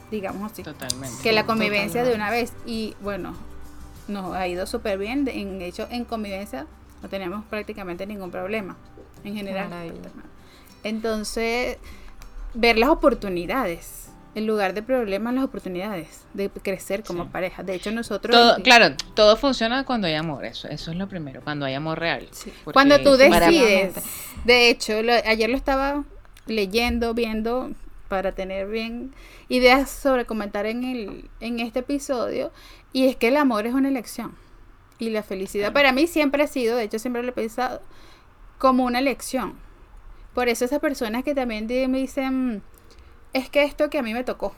digamos así. Totalmente. Que la convivencia Totalmente. de una vez. Y bueno, nos ha ido súper bien. De- En hecho, en convivencia no tenemos prácticamente ningún problema. En general. Maravilla. Entonces, ver las oportunidades. En lugar de problemas, las oportunidades de crecer como Sí. pareja. De hecho, nosotros... Todo, claro, todo funciona cuando hay amor, eso, eso es lo primero, cuando hay amor real. Sí. Porque Cuando tú para- decides, de hecho, lo- ayer lo estaba leyendo, viendo, para tener bien ideas sobre comentar en, el, en este episodio, y es que el amor es una elección. Y la felicidad para mí siempre ha sido, de hecho siempre lo he pensado, como una elección. Por eso esas personas que también di- me dicen, es que esto que a mí me tocó.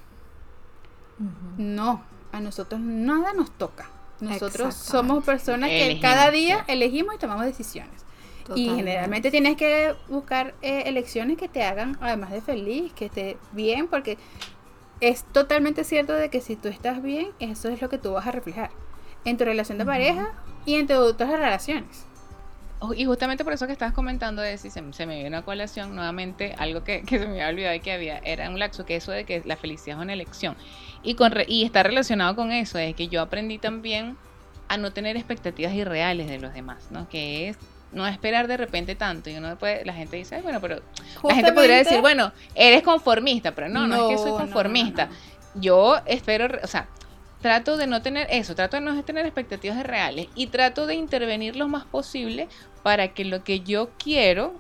Ujú. No, a nosotros nada nos toca. Nosotros Exactamente. somos personas que Elegimos, cada día sí. elegimos y tomamos decisiones. Y Totalmente. generalmente tienes que buscar eh, elecciones que te hagan, además de feliz, que esté bien, porque es totalmente cierto de que si tú estás bien, eso es lo que tú vas a reflejar en tu relación de Ujú. pareja y en tus otras relaciones. Oh, y justamente por eso que estabas comentando de si se, se me viene a colación nuevamente algo que, que se me había olvidado y que había, era un laxo, que eso de que la felicidad es una elección. Y, con re- y está relacionado con eso, es que yo aprendí también a no tener expectativas irreales de los demás, ¿no? Que es no esperar de repente tanto. Y uno puede, la gente dice, "Ay, bueno, pero la gente podría decir, bueno, eres conformista", pero no, no, es que soy No, no, conformista. no, no. Yo espero, o sea, trato de no tener eso, trato de no tener expectativas reales y trato de intervenir lo más posible para que lo que yo quiero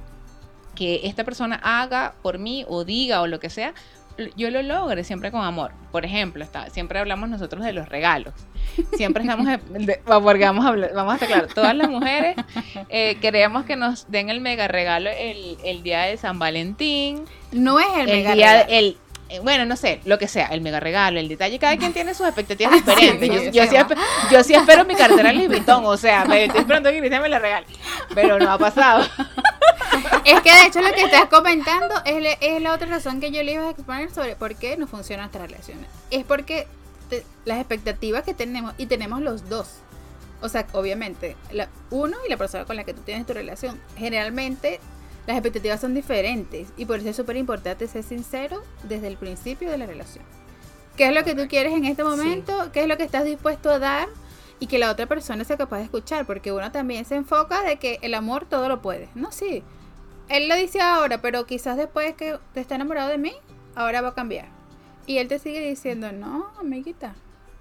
que esta persona haga por mí o diga o lo que sea, yo lo logre siempre con amor. Por ejemplo, está, siempre hablamos nosotros de los regalos. Siempre estamos, de, porque vamos a, hablar, vamos a estar claro, todas las mujeres eh, queremos que nos den el mega regalo el, el día de San Valentín. No es el, El mega día, regalo. el, eh, bueno, no sé, lo que sea, el mega regalo, el detalle, cada quien tiene sus expectativas diferentes. sí, yo, sí, yo, sí, sí va. espe- yo sí espero mi cartera Louis Vuitton, o sea, me estoy esperando que Cristian me la regale, pero no ha pasado. Es que de hecho lo que estás comentando es, le- es la otra razón que yo le iba a exponer sobre por qué no funcionan nuestras relaciones. Es porque te- las expectativas que tenemos, y tenemos los dos. O sea, obviamente, la, uno y la persona con la que tú tienes tu relación. Generalmente las expectativas son diferentes y por eso es súper importante ser sincero desde el principio de la relación. ¿Qué es lo que tú quieres en este momento? ¿Qué es lo que estás dispuesto a dar? Y que la otra persona sea capaz de escuchar, porque uno también se enfoca de que el amor todo lo puede. No, sí. Él lo dice ahora, pero quizás después que te está enamorado de mí, ahora va a cambiar. Y él te sigue diciendo, no, amiguita,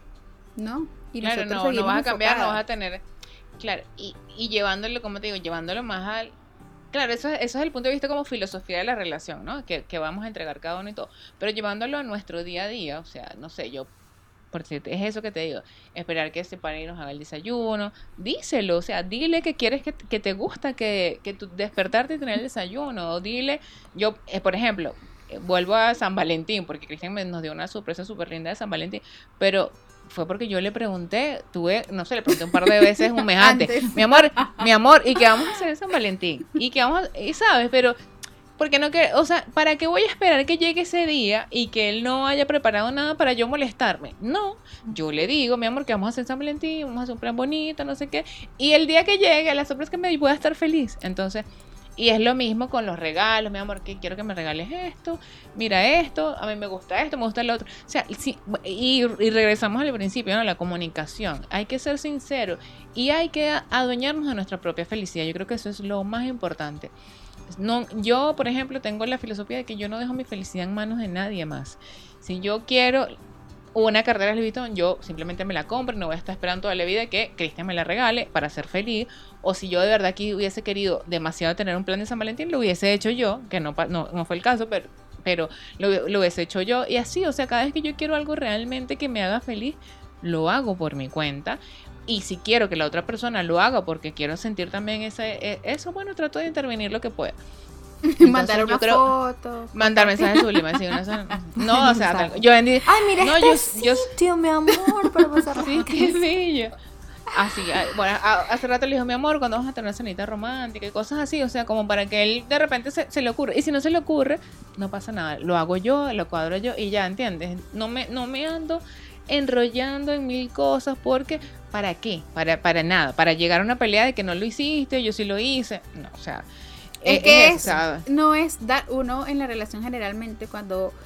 no. Y Claro, nosotros no, no seguimos vas a cambiar, no enfocadas. vas a tener. Claro, y, y llevándolo, como te digo, llevándolo más al. Claro, eso, es- eso es el punto de vista como filosofía de la relación, ¿no? Que, que vamos a entregar cada uno y todo. Pero llevándolo a nuestro día a día, o sea, no sé, yo. Por cierto, es eso que te digo, esperar que se pare y nos haga el desayuno, díselo, o sea, dile que quieres que, que te gusta que, que tu despertarte y tener el desayuno, o dile, yo, eh, por ejemplo, eh, vuelvo a San Valentín, porque Cristian me- nos dio una sorpresa súper linda de San Valentín, pero fue porque yo le pregunté, tuve, no sé, le pregunté un par de veces un mes antes, Antes. mi amor, mi amor, ¿y qué vamos a hacer en San Valentín? Y que vamos, a- y sabes, pero porque no que, o sea, ¿para qué voy a esperar que llegue ese día y que él no haya preparado nada para yo molestarme? No, yo le digo, mi amor, que vamos a hacer San Valentín, vamos a hacer un plan bonito, no sé qué, y el día que llegue, la sorpresa que me voy a estar feliz. Entonces, y es lo mismo con los regalos, mi amor, que quiero que me regales esto, mira esto, a mí me gusta esto, me gusta lo otro. O sea, sí, y, y regresamos al principio, ¿no? La comunicación. Hay que ser sincero y hay que adueñarnos de nuestra propia felicidad. Yo creo que eso es lo más importante. No, yo, por ejemplo, tengo la filosofía de que yo no dejo mi felicidad en manos de nadie más. Si yo quiero una cartera Louis Vuitton, yo simplemente me la compro, no voy a estar esperando toda la vida que Cristian me la regale para ser feliz. O si yo de verdad aquí hubiese querido demasiado tener un plan de San Valentín, lo hubiese hecho yo, que no, pa- no, no fue el caso, pero, pero lo, lo hubiese hecho yo. Y así, o sea, cada vez que yo quiero algo realmente que me haga feliz, lo hago por mi cuenta. Y si quiero que la otra persona lo haga porque quiero sentir también ese, e- eso, bueno, trato de intervenir lo que pueda. Mandar yo una creo- foto. Mandar mensajes sublimes, sí, una- no, o sea, tal- yo vendí, Ay, mira no, este yo, yo, sitio, mi amor, para pasar sí, qué bello. Así, ah, bueno, a- hace rato le dijo, mi amor, cuando vamos a tener una cenita romántica y cosas así, o sea, como para que él de repente se, se le ocurra. Y si no se le ocurre, no pasa nada, lo hago yo, lo cuadro yo y ya, ¿entiendes? No me, no me ando enrollando en mil cosas porque, ¿para qué? Para, para nada, para llegar a una pelea de que no lo hiciste, yo sí lo hice, no, o sea, Es eh, que eso, es, ¿sabes? no es dar uno en la relación generalmente cuando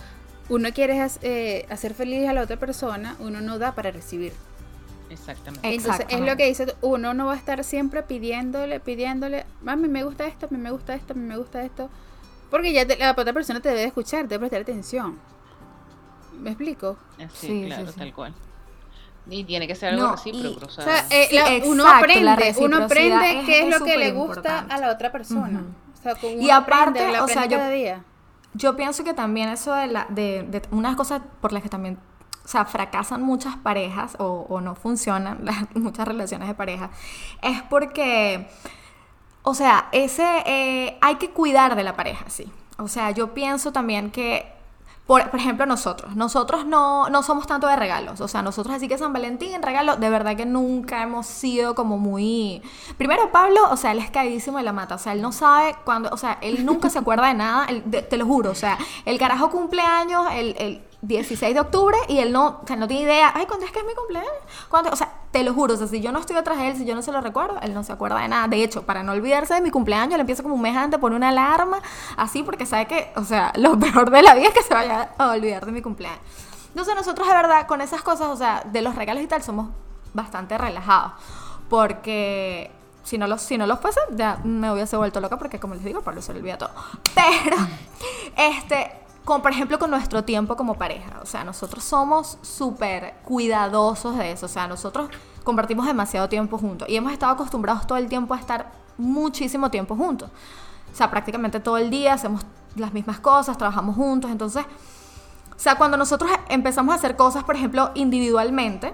uno quiere eh, hacer feliz a la otra persona, uno no da para recibir. Exactamente. Entonces es lo que dice, uno no va a estar siempre pidiéndole, pidiéndole, mami, me gusta esto, a mí me gusta esto, a mí me gusta esto, porque ya te, la otra persona te debe escuchar, te debe prestar atención. ¿Me explico? Sí, Sí, claro, sí, sí. tal cual. Y tiene que ser algo No, recíproco. y- O sea, O sea, eh, Sí, la- uno exacto, la aprende, uno reciprocidad aprende es- qué es, es lo que le gusta superimportante. a la otra persona. Ujú. O sea, como Y uno aparte, aprende, la o sea, aprende yo- cada día. Yo pienso que también eso de la de, de unas cosas por las que también, o sea, fracasan muchas parejas o, o no funcionan las, muchas relaciones de pareja, es porque, o sea, ese eh, hay que cuidar de la pareja, sí. O sea, yo pienso también que, por, por ejemplo, nosotros, nosotros no, no somos tanto de regalos, o sea, nosotros así que San Valentín, regalo, de verdad que nunca hemos sido como muy... Primero, Pablo, o sea, él es cagadísimo de la mata, o sea, él no sabe cuándo, o sea, él nunca se acuerda de nada, él- de- te lo juro, o sea, el carajo cumpleaños el, el dieciséis de octubre y él no, o sea, no tiene idea, ay, ¿cuándo es que es mi cumpleaños? ¿Cuándo? O sea, te lo juro, o sea, si yo no estoy detrás de él, si yo no se lo recuerdo, él no se acuerda de nada. De hecho, para no olvidarse de mi cumpleaños, él empieza como un mes antes, pone una alarma, así, porque sabe que, o sea, lo peor de la vida es que se vaya a olvidar de mi cumpleaños. Entonces nosotros de verdad, con esas cosas, o sea, de los regalos y tal, somos bastante relajados, porque... Si no, los, si no los fuese, ya me hubiese vuelto loca porque, como les digo, Pablo se le olvida todo. Pero, este, como por ejemplo con nuestro tiempo como pareja, o sea, nosotros somos súper cuidadosos de eso, o sea, nosotros compartimos demasiado tiempo juntos y hemos estado acostumbrados todo el tiempo a estar muchísimo tiempo juntos. O sea, prácticamente todo el día hacemos las mismas cosas, trabajamos juntos, entonces, o sea, cuando nosotros empezamos a hacer cosas, por ejemplo, individualmente,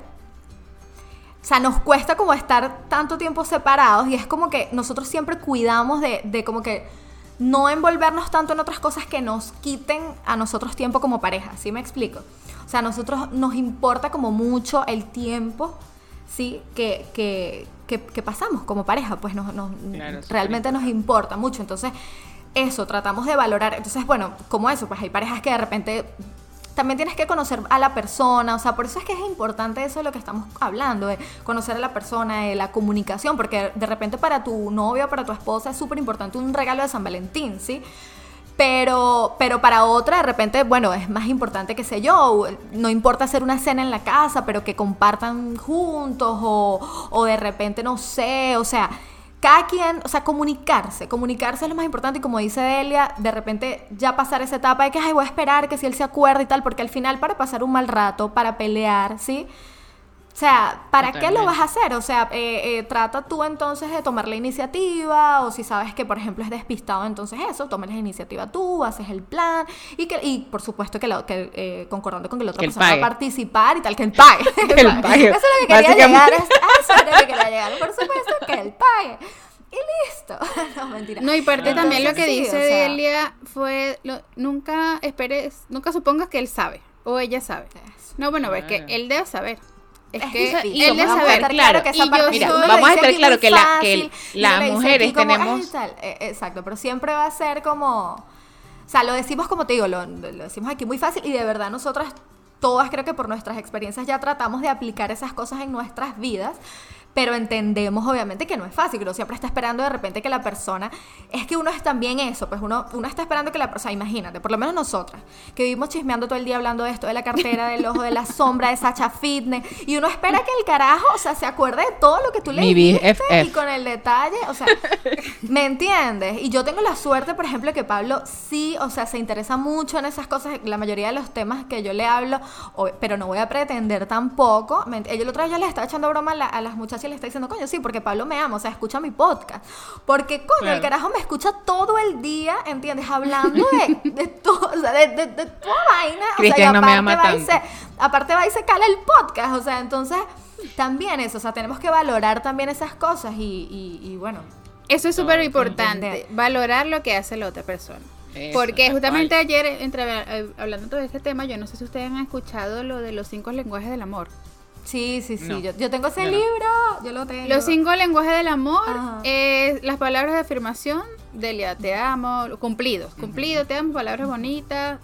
o sea, nos cuesta como estar tanto tiempo separados y es como que nosotros siempre cuidamos de, de como que no envolvernos tanto en otras cosas que nos quiten a nosotros tiempo como pareja, ¿sí me explico? O sea, a nosotros nos importa como mucho el tiempo, ¿sí? Que, que, que, que pasamos como pareja, pues nos, nos, Claro, sí, realmente nos importa mucho, entonces eso, tratamos de valorar, entonces bueno, como eso, pues hay parejas que de repente... También tienes que conocer a la persona, o sea, por eso es que es importante eso de lo que estamos hablando, de conocer a la persona, de la comunicación, porque de repente para tu novio o para tu esposa es súper importante un regalo de San Valentín, ¿sí? Pero, pero para otra, de repente, bueno, es más importante, qué sé yo, no importa hacer una cena en la casa, pero que compartan juntos, o, o de repente, no sé, o sea... Cada quien, o sea, comunicarse, comunicarse es lo más importante y como dice Delia, de repente ya pasar esa etapa de que, ay, voy a esperar que si él se acuerda y tal, porque al final para pasar un mal rato, para pelear, ¿sí? O sea, ¿para Totalmente. qué lo vas a hacer? O sea, eh, eh, trata tú entonces de tomar la iniciativa o si sabes que, por ejemplo, es despistado, entonces eso, tomas la iniciativa tú, haces el plan y que y por supuesto que, la, que eh, concordando con que la otra Que él persona pague. va a participar y tal, que él pague. Que él pague. Eso es lo que quería Básicamente. llegar, es- a eso es lo que quería llegar, por supuesto que él pague. Y listo. No, mentira. No, y parte Claro. también lo que Sí, dice o sea, Delia fue, lo- nunca esperes, nunca supongas que él sabe o ella sabe. Eso. No, bueno, es Claro. que él debe saber. Es Es que difícil, él debe vamos a saber. estar claro, que esa y yo parte- Mira, uno lo vamos a dice estar aquí claro muy que la- que fácil, el- y uno las le dice mujeres aquí como, tenemos- "Ay, tal". Eh, exacto, pero siempre va a ser como, o sea, lo decimos como te digo, lo, lo decimos aquí muy fácil y de verdad nosotras todas creo que por nuestras experiencias ya tratamos de aplicar esas cosas en nuestras vidas. Pero entendemos obviamente que no es fácil, que uno siempre está esperando de repente que la persona, es que uno es también eso, pues uno, uno está esperando que la persona, imagínate, por lo menos nosotras, que vivimos chismeando todo el día hablando de esto, de la cartera, del ojo de la sombra, de Sacha Fitness, y uno espera que el carajo, o sea, se acuerde de todo lo que tú le Mi dijiste B F F. y con el detalle, o sea, ¿me entiendes? Y yo tengo la suerte, por ejemplo, que Pablo sí, o sea, se interesa mucho en esas cosas, la mayoría de los temas que yo le hablo, o- pero no voy a pretender tampoco, me, ella el otro día yo le estaba echando broma a, la- a las muchachas y le está diciendo, coño, sí, porque Pablo me ama, o sea, escucha mi podcast. Porque, coño, Claro. el carajo me escucha todo el día, ¿entiendes? Hablando de, de todo, o sea, de, de, de toda vaina. O sea, y Cristian no me aparte ama va y tanto. se, aparte va y se cala el podcast, o sea, entonces, también eso, o sea, tenemos que valorar también esas cosas y, y, y bueno, Eso es súper entender. importante, valorar lo que hace la otra persona. Eso, Porque tal justamente cual. ayer, entre, eh, hablando de todo este tema, yo no sé si ustedes han escuchado lo de los cinco lenguajes del amor. sí, sí, sí, No. yo, yo tengo ese Yo no. libro, yo lo tengo. Los cinco lenguajes del amor, Ajá. eh, las palabras de afirmación, Delia, te amo, cumplidos, cumplido, te amo, palabras bonitas,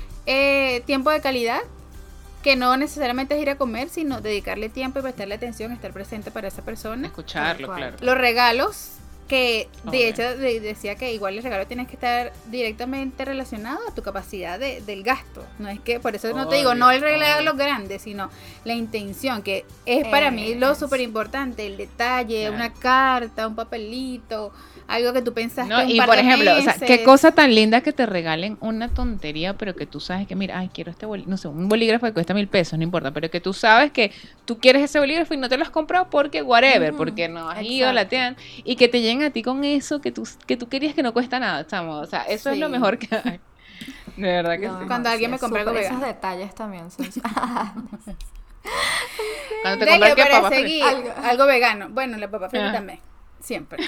eh, tiempo de calidad, que no necesariamente es ir a comer, sino dedicarle tiempo y prestarle atención, estar presente para esa persona. Escucharlo, Tal cual. claro. Los regalos, que de Obvio. hecho de- decía que igual el regalo tienes que estar directamente relacionado a tu capacidad de, del gasto. No es que, por eso no te digo, no el regalo Obvio. grande, sino la intención, que es para mí lo Eso. súper importante, el detalle, Claro. una carta, un papelito, algo que tú pensaste No, un y par por de ejemplo, o sea, qué meses. cosa tan linda que te regalen una tontería, pero que tú sabes que, mira, ay, quiero este bolígrafo, no sé, un bolígrafo que cuesta mil pesos, no importa, pero que tú sabes que tú quieres ese bolígrafo y no te lo has comprado porque whatever, Ujú, porque no has ido a la exacto. tienda, y que te lleguen a ti con eso que tú, que tú querías que no cuesta nada, chamo, o sea, eso es lo Sí. mejor que hay. De verdad que Lo sí. mejor, Cuando alguien sí, me es compra algo súper- esos vegano. detalles también son... Cuando te Delio, compras que para papas seguir, Algo. algo. vegano. Bueno, la papa frita Ah. también. Siempre.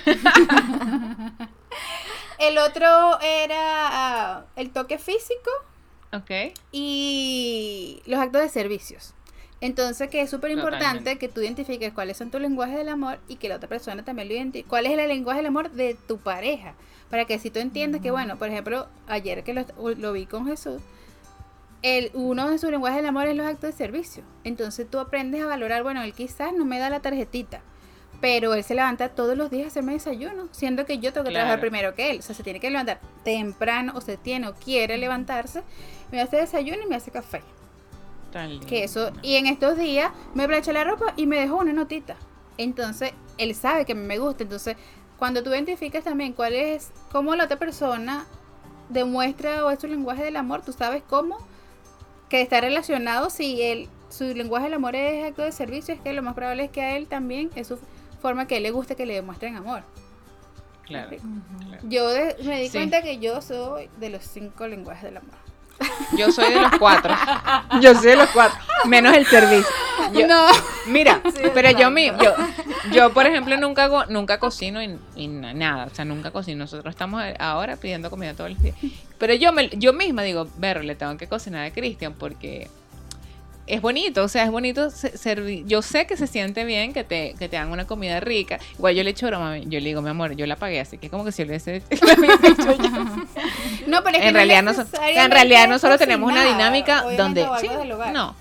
El otro era ah, el toque físico Ok. y los actos de servicios. Entonces, que es súper importante Totalmente. que tú identifiques cuáles son tus lenguajes del amor y que la otra persona también lo identifique. ¿Cuál es el lenguaje del amor de tu pareja? Para que si tú entiendas que, bueno, por ejemplo, ayer que lo, lo vi con Jesús, el, uno de sus lenguajes del amor es los actos de servicio. Entonces tú aprendes a valorar, bueno, él quizás no me da la tarjetita, pero él se levanta todos los días a hacerme desayuno, siendo que yo tengo que Claro. trabajar primero que él. O sea, se tiene que levantar temprano, o se tiene o quiere levantarse, me hace desayuno y me hace café. Tan lindo. Que eso, y en estos días me planché la ropa y me dejó una notita. Entonces, él sabe que me gusta. Entonces, cuando tú identificas también cuál es, cómo la otra persona demuestra o es su lenguaje del amor, tú sabes cómo que está relacionado. Si él, su lenguaje del amor es acto de servicio, es que lo más probable es que a él también es su forma que a él le guste que le demuestren amor. Claro. Ujú. claro. Yo de- me di Sí. cuenta que yo soy de los cinco lenguajes del amor. Yo soy de los cuatro. Yo soy de los cuatro. Menos el servicio. Yo- No. Mira, Sí, pero yo, exacto. mi, yo, yo, por ejemplo, nunca hago, nunca cocino y, y na- nada. O sea, nunca cocino. Nosotros estamos ahora pidiendo comida todos los días. Pero yo, me, yo misma digo, Berro, le tengo que cocinar a Cristian porque es bonito. O sea, es bonito se- servir. Yo sé que se siente bien que te, que te hagan una comida rica. Igual yo le echo broma. Yo le digo, mi amor, yo la pagué, así que como que si lo hubiese la hubiese hecho yo. No, pero es que En no realidad, no, necesariamente en realidad es nosotros tenemos una cocinar, dinámica obviamente, donde o algo sí, del hogar. no,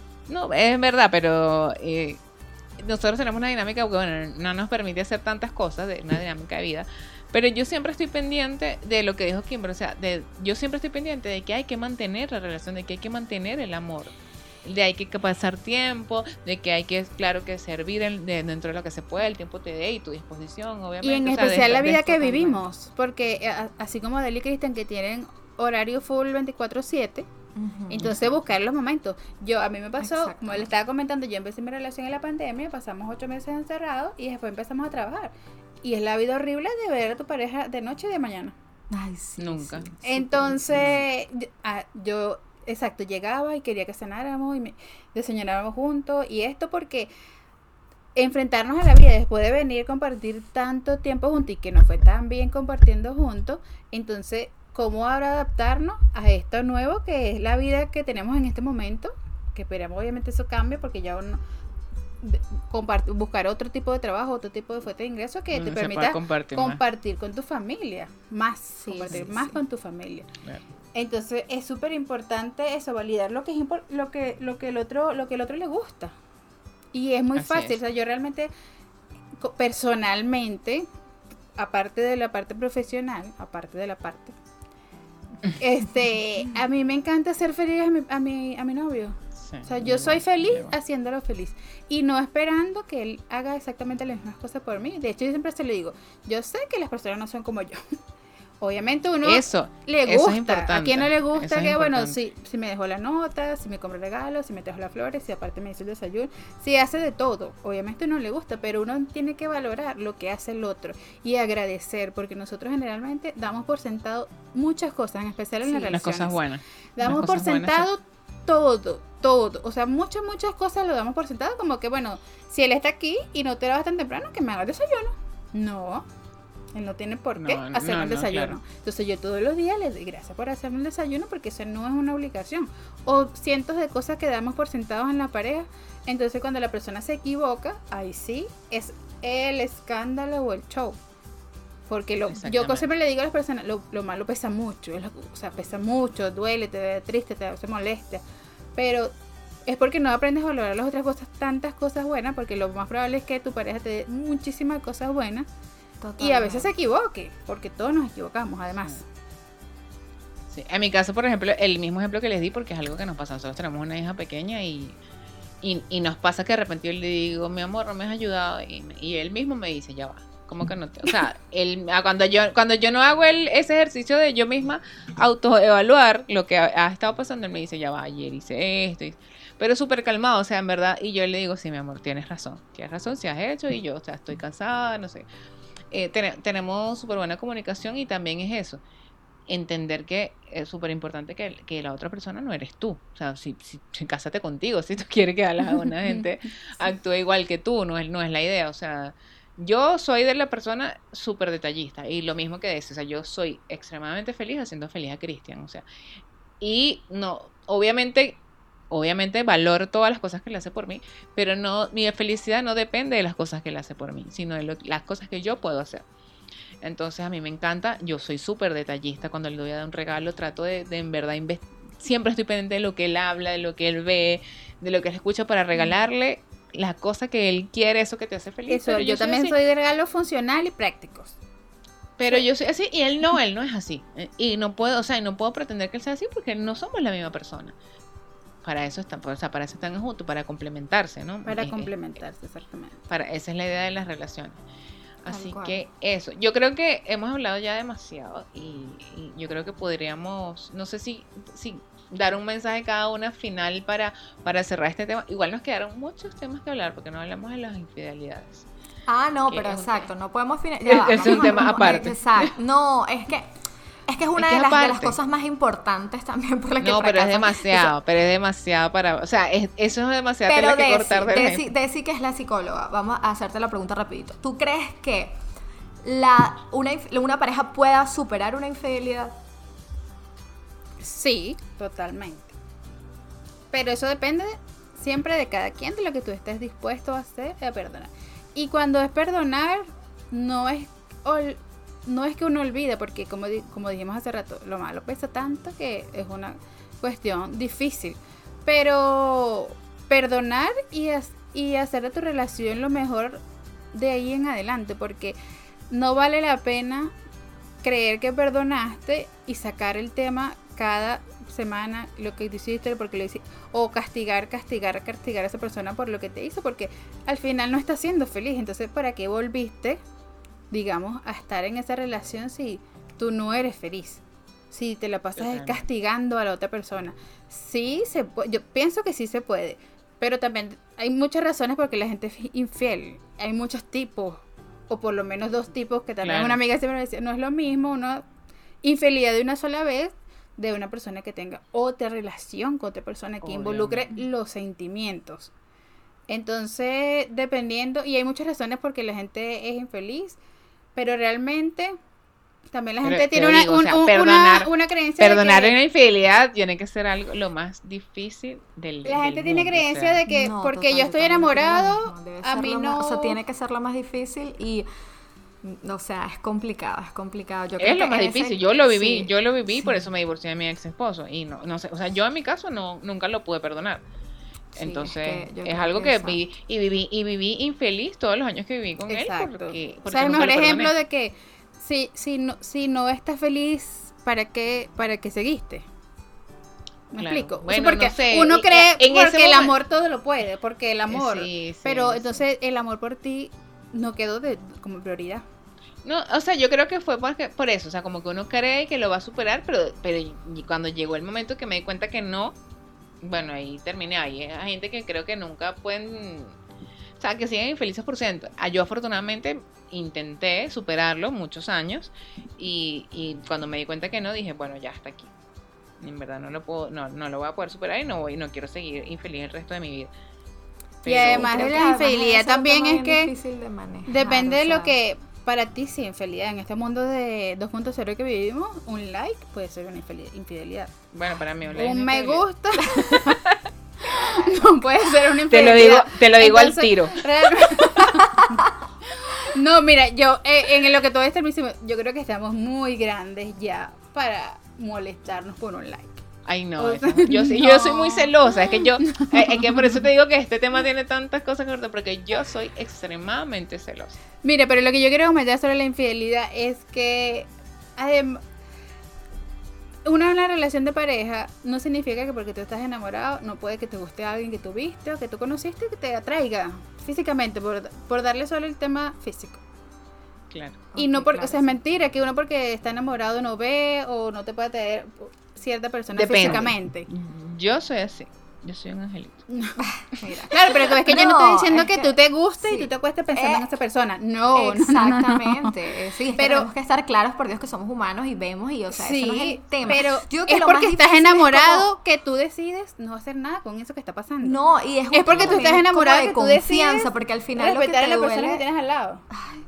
no es verdad, pero eh, nosotros tenemos una dinámica que bueno, no nos permite hacer tantas cosas, de una dinámica de vida. Pero yo siempre estoy pendiente de lo que dijo Kimber, o sea, de, yo siempre estoy pendiente de que hay que mantener la relación, de que hay que mantener el amor, de hay que pasar tiempo, de que hay que, claro, que servir en- de- dentro de lo que se puede, el tiempo te dé y tu disposición, obviamente. Y en o sea, especial de- la de- vida que totalmente. vivimos, porque a- así como Deli y Cristian que tienen horario full veinticuatro siete, Ujú. entonces buscar los momentos. Yo, a mí me pasó, Exacto. como le estaba comentando, yo empecé mi relación en la pandemia, pasamos ocho meses encerrados y después empezamos a trabajar. Y es la vida horrible de ver a tu pareja de noche y de mañana. Ay, sí, Nunca. sí, súper Entonces, yo- ah, yo, exacto, llegaba y quería que cenáramos y me, desayunáramos juntos. Y esto porque enfrentarnos a la vida después de venir a compartir tanto tiempo juntos y que nos fue tan bien compartiendo juntos, entonces, ¿cómo ahora adaptarnos a esto nuevo que es la vida que tenemos en este momento? Que esperamos obviamente eso cambie porque ya uno de- compart- buscar otro tipo de trabajo, otro tipo de fuente de ingreso que te donde se pueda permita compartir más. compartir con tu familia, más, Sí, compartir sí, más sí. con tu familia. Claro. Entonces es súper importante eso, validar lo que es impor- lo que lo que el otro lo que el otro le gusta. Y es muy Así fácil, es. o sea, yo realmente co- personalmente, aparte de la parte profesional, aparte de la parte este, a mí me encanta hacer feliz a mi, a mi, a mi novio. Sí, O sea, yo igual, soy feliz igual. haciéndolo feliz y no esperando que él haga exactamente las mismas cosas por mí. De hecho, yo siempre se lo digo, yo sé que las personas no son como yo. Obviamente uno Eso, le eso es gusta. importante. ¿A quién no le gusta Eso es que, bueno, importante. si, si me dejó la nota, si me compró regalos, si me trajo las flores, si aparte me hizo el desayuno, si hace de todo? Obviamente no le gusta, pero uno tiene que valorar lo que hace el otro y agradecer, porque nosotros generalmente damos por sentado muchas cosas, en especial en Sí, las Las relaciones. cosas buenas. Damos Las por cosas buenas sentado todo, todo. O sea, muchas, muchas cosas lo damos por sentado. Como que, bueno, si él está aquí y no te lo vas tan temprano, que me haga el desayuno. No, él no tiene por qué No, hacerme no, el no, desayuno. claro. Entonces yo todos los días le doy gracias por hacerme el desayuno porque eso no es una obligación. O cientos de cosas que damos por sentados en la pareja. Entonces cuando la persona se equivoca, ahí sí es el escándalo o el show. Porque lo, yo Exactamente. siempre le digo a las personas, lo, lo malo pesa mucho, es lo- o sea, pesa mucho, duele, te da triste, te hace molestia, pero es porque no aprendes a valorar las otras cosas, tantas cosas buenas, porque lo más probable es que tu pareja te dé muchísimas cosas buenas, Totalmente. Y a veces se equivoque, porque todos nos equivocamos, además. Sí. En mi caso, por ejemplo, el mismo ejemplo que les di, porque es algo que nos pasa. Nosotros tenemos una hija pequeña y, y, y nos pasa que de repente yo le digo, mi amor, no me has ayudado. Y, me, y él mismo me dice, ya va. ¿Cómo que no te...? O sea, él, cuando, yo, cuando yo no hago el, ese ejercicio de yo misma autoevaluar lo que ha, ha estado pasando, él me dice, ya va, ayer hice esto. Y, pero súper calmado, o sea, en verdad. Y yo le digo, sí, mi amor, tienes razón. Tienes razón, si has hecho. Y yo, o sea, estoy cansada, no sé. Eh, ten, tenemos súper buena comunicación y también es eso. Entender que es súper importante que, que la otra persona no eres tú. O sea, si, si, si cásate contigo, si tú quieres que a la, una gente sí. actúe igual que tú, no es, no es la idea. O sea, yo soy de la persona súper detallista y lo mismo que dices, o sea, yo soy extremadamente feliz haciendo feliz a Cristian, o sea, y no, obviamente, obviamente valoro todas las cosas que él hace por mí, pero no, mi felicidad no depende de las cosas que él hace por mí, sino de lo, las cosas que yo puedo hacer. Entonces a mí me encanta, yo soy súper detallista cuando le doy a dar un regalo, trato de, de en verdad inve- siempre estoy pendiente de lo que él habla, de lo que él ve, de lo que él escucha para regalarle la cosa que él quiere, eso que te hace feliz. Eso, pero yo, yo también soy, soy de regalos funcional y prácticos. Pero sí. yo soy así y él no, él no es así. Y no puedo, o sea, y no puedo pretender que él sea así porque no somos la misma persona. Para eso están, o sea, para eso están juntos, para complementarse, ¿no? Para eh, complementarse, exactamente. Para, esa es la idea de las relaciones. Así que eso, yo creo que hemos hablado ya demasiado y, y yo creo que podríamos, no sé si, si dar un mensaje cada una final para, para cerrar este tema. Igual nos quedaron muchos temas que hablar porque no hablamos de las infidelidades. Ah, no, pero exacto, no podemos finalizar. Es un tema aparte. Exacto, no, es que... Es que es una es que de, las, de las cosas más importantes también por las que No, pero es demasiado, eso, pero es demasiado para... O sea, es, eso es demasiado pero que Desi, cortar de Desi, Desi, que es la psicóloga, vamos a hacerte la pregunta rapidito. ¿Tú crees que la, una, una pareja pueda superar una infidelidad? Sí, totalmente. Pero eso depende siempre de cada quien, de lo que tú estés dispuesto a hacer y a perdonar. Y cuando es perdonar, no es... Ol- No es que uno olvide, porque como, di- como dijimos hace rato, lo malo pesa tanto que es una cuestión difícil. Pero perdonar y, as- y hacer de tu relación lo mejor de ahí en adelante, porque no vale la pena creer que perdonaste y sacar el tema cada semana, lo que hiciste, porque lo hiciste, o castigar, castigar, castigar a esa persona por lo que te hizo, porque al final no está siendo feliz. Entonces, ¿para qué volviste, digamos, a estar en esa relación si tú no eres feliz? Si te la pasas Totalmente. castigando a la otra persona. Sí se puede, yo pienso que sí se puede, pero también hay muchas razones porque la gente es infiel. Hay muchos tipos, o por lo menos dos tipos, que también claro. Una amiga siempre me decía, no es lo mismo una infidelidad de una sola vez de una persona que tenga otra relación con otra persona que Obviamente. involucre los sentimientos. Entonces, dependiendo, y hay muchas razones porque la gente es infeliz, pero realmente también la gente pero, tiene una, digo, un, o sea, un, perdonar, una, una creencia perdonar de que una infidelidad tiene que ser algo lo más difícil del la gente del tiene mundo, creencia o sea. de que no, porque total, yo estoy total, enamorado no, a mí no más, o sea, tiene que ser lo más difícil y o sea, es complicado, es complicado. Yo es creo lo que más ese, difícil, yo lo viví, sí, yo lo viví, sí. por eso me divorcié de mi ex esposo y no, no sé, o sea, yo en mi caso no nunca lo pude perdonar. Sí, Entonces, es, es algo que, que viví y viví y viví infeliz todos los años que viví con Exacto. él porque, porque o sea, el mejor ejemplo de que si si no si no estás feliz, ¿para qué para qué seguiste? ¿Me claro. explico? Bueno, o sea, porque no sé. uno cree en porque el momento... amor todo lo puede, porque el amor, sí, sí, pero sí. entonces el amor por ti no quedó de como prioridad. No, o sea, yo creo que fue porque, por eso, o sea, como que uno cree que lo va a superar, pero pero cuando llegó el momento que me di cuenta que no, bueno, ahí terminé. Ahí hay gente que creo que nunca pueden, o sea, que siguen infelices por ciento. Yo afortunadamente intenté superarlo muchos años y, y cuando me di cuenta que no, dije, bueno, ya hasta aquí. En verdad no lo puedo, no, no lo voy a poder superar y no voy, no quiero seguir infeliz el resto de mi vida. Pero, y además de la infidelidad también es que de manejar, depende de o sea, lo que para ti sí infidelidad. En este mundo de dos punto cero que vivimos, un like puede ser una infidelidad. Bueno, para mí un like un me gusta no puede ser una infidelidad. Te lo digo, te lo digo Entonces, al tiro. No, mira, yo eh, en lo que todo este mismo, yo creo que estamos muy grandes ya para molestarnos por un like. Ay, no, O eso- sea, yo, sí- no. yo soy muy celosa, es que yo, eh, es que por eso te digo que este tema tiene tantas cosas que ver, porque yo soy extremadamente celosa. Mire, pero lo que yo quiero comentar sobre la infidelidad es que adem- una, una relación de pareja no significa que porque tú estás enamorado no puede que te guste alguien que tú viste o que tú conociste que te atraiga físicamente por, por darle solo el tema físico. Claro. Y no Ok, porque, claro, o sea, es sí. mentira que uno porque está enamorado no ve o no te puede atraer cierta persona Depende. físicamente. Yo soy así, yo soy un angelito. Mira. Claro, pero es que yo no No, estoy diciendo es que, que- tú te guste y sí. tú te acuestes pensando Eh, en esa persona. No, no, no, no, no. Exactamente. eh, Sí, es que Pero- tenemos que estar claros por Dios que somos humanos y vemos y, o sea, eso no es el tema. pero Yo digo que es lo porque más estás difícil es enamorado como- que tú decides no hacer nada con eso que está pasando. No, y es, un Es porque tema tú estás también enamorado como que de tú confianza, decides porque al final lo que respetar te a la persona duele- que tienes al lado.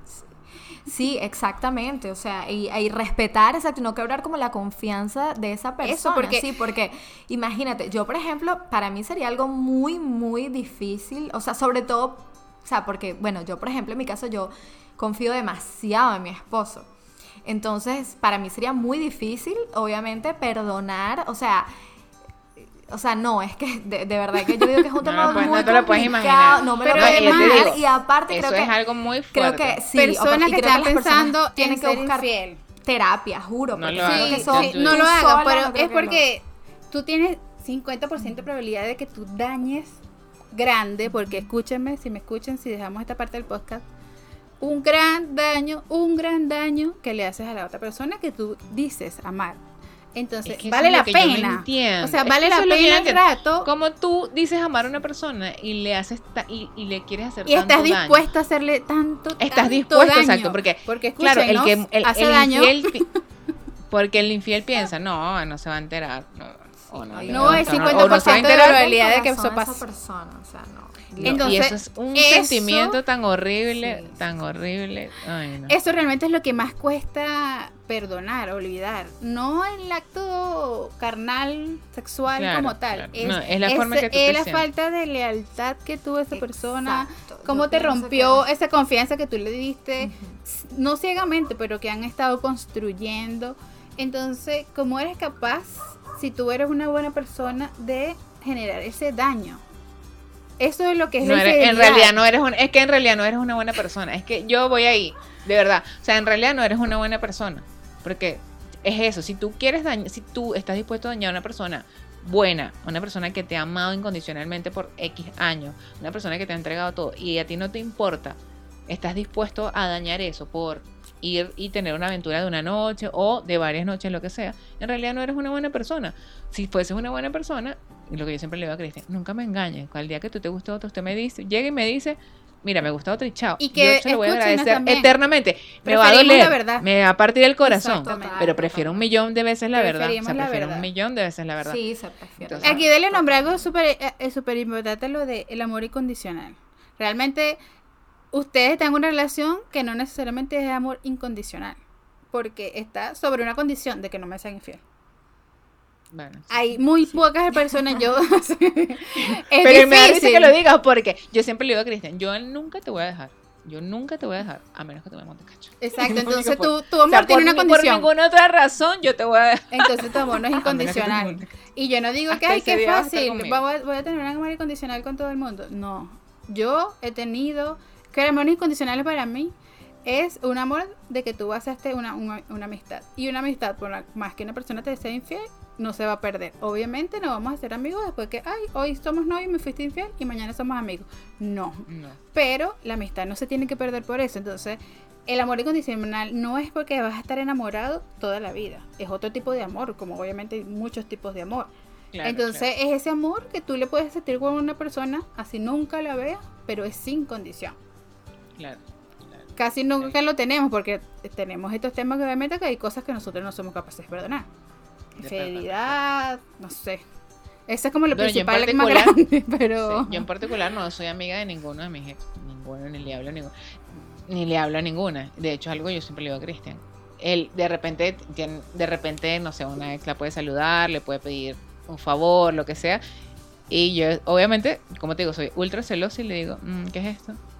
Sí, exactamente, o sea, y, y respetar, exacto, y no quebrar como la confianza de esa persona, porque- sí, porque imagínate, yo por ejemplo, para mí sería algo muy, muy difícil, o sea, sobre todo, o sea, porque, bueno, yo por ejemplo, en mi caso, yo confío demasiado en mi esposo, entonces, para mí sería muy difícil, obviamente, perdonar, o sea... O sea, no, es que de, de verdad que yo digo que es un No tema lo puedes- muy no te lo puedes complicado, imaginar. no me Pero lo puedo además- imaginar, y aparte Eso creo que es algo muy creo fuerte. que sí, o- Personas y que creo están las personas pensando tienen en que ser buscar infiel. terapia, juro, No porque lo creo hagas, Sí, que eso sí, tú no tú lo hagas, sola pero no creo es que lo- porque tú tienes cincuenta por ciento de probabilidad de que tú dañes grande, porque escúchenme, si me escuchan, si dejamos esta parte del podcast, un gran daño, un gran daño que le haces a la otra persona que tú dices amar. Entonces, Es que eso vale es lo la que yo no pena. entiendo. O sea, Es vale que la eso es lo que yo pena no el entiendo. rato Como tú dices amar a una persona y le haces ta- y, y le quieres hacer y estás tanto daño. dispuesto a hacerle tanto Estás tanto dispuesto, daño. exacto, porque, porque claro, el que escúchenos, el, hace el daño. infiel pi- porque el infiel piensa, no, no se va a enterar, no, o no, Ay, le no, va a es gustar, cincuenta o no se va a por ciento de enterar. probabilidad de que Corazón eso a pase. esa persona, o sea, no. Y Entonces, eso es un eso- sentimiento tan horrible, Sí, tan horrible. Ay, no. Eso realmente es lo que más cuesta perdonar, olvidar. No el acto carnal, sexual Claro, como tal. claro. Es, No, es la forma que tú te es la sientes. falta de lealtad que tuvo esa persona. Exacto. Cómo Yo te pienso rompió que- esa confianza que tú le diste. Ujú. No ciegamente, pero que han estado construyendo. Entonces, ¿cómo eres capaz, si tú eres una buena persona, de generar ese daño? Eso es lo que es No la eres- en infidelidad. realidad no eres un- es que en realidad no eres una buena persona. Es que yo voy ahí, de verdad. O sea, en realidad no eres una buena persona. Porque es eso, si tú quieres dañar, si tú estás dispuesto a dañar a una persona buena, una persona que te ha amado incondicionalmente por X años, una persona que te ha entregado todo y a ti no te importa, estás dispuesto a dañar eso por ir y tener una aventura de una noche o de varias noches, lo que sea, en realidad no eres una buena persona. Si fueses una buena persona, y lo que yo siempre le digo a Cristian, nunca me engañes. Al día que tú te guste otro, usted me dice, llega y me dice, mira, me gusta otro y chao. Y que yo se lo voy a escúchenos agradecer también. eternamente. Me va a Preferimos doler, la verdad. me va a partir el corazón, Exactamente. pero prefiero un millón de veces la verdad. O Preferimos sea, la prefiero verdad. un millón de veces la verdad. Sí, se prefiere. Entonces- Aquí dele nombre algo súper eh, eh, súper importante, lo de el amor incondicional. Realmente ustedes están en una relación que no necesariamente es amor incondicional, porque está sobre una condición de que no me sean infiel. Bueno, sí. Hay muy pocas personas, yo es Pero me da risa difícil. que lo digas porque yo siempre le digo a Cristian, yo nunca te voy a dejar. Yo nunca te voy a dejar, a menos que tú me montes cacho. Exacto, Es la única entonces forma. tu, tu amor O sea, tiene por una ni- Por condición. ninguna otra razón yo te voy a dejar. Entonces tu amor no es A menos que tú me incondicional. montes cacho. Y yo no digo que, Hasta ay, ese qué día vas a estar fácil, conmigo. voy a, voy a tener un amor incondicional con todo el mundo. No, yo he tenido, que el amor incondicional para mí es un amor de que tú basaste una, una, una amistad. Y una amistad, por la- más que una persona te sea infiel, no se va a perder. Obviamente no vamos a ser amigos después que, ay, hoy somos novios y me fuiste infiel y mañana somos amigos. No, No. pero la amistad no se tiene que perder por eso. Entonces, el amor incondicional no es porque vas a estar enamorado toda la vida. Es otro tipo de amor, como obviamente hay muchos tipos de amor. Claro, Entonces, es ese amor que tú le puedes sentir con una persona, así nunca la veas, pero es sin condición. claro, claro. Casi nunca lo tenemos porque tenemos estos temas que obviamente que hay cosas que nosotros no somos capaces de perdonar. De Infidelidad, no sé. Eso es como lo Bueno, yo en principal más particular- grande, pero... Sí, yo en particular no soy amiga de ninguno de mis ex, ninguno, ni le hablo a ninguno, ni le hablo a ninguna. De hecho, algo yo siempre le digo a Cristian. Él de repente, tiene- de repente, no sé, una ex la puede saludar, le puede pedir un favor, lo que sea. Y yo, obviamente, como te digo, soy ultra celosa y le digo, "Mm, ¿qué es esto?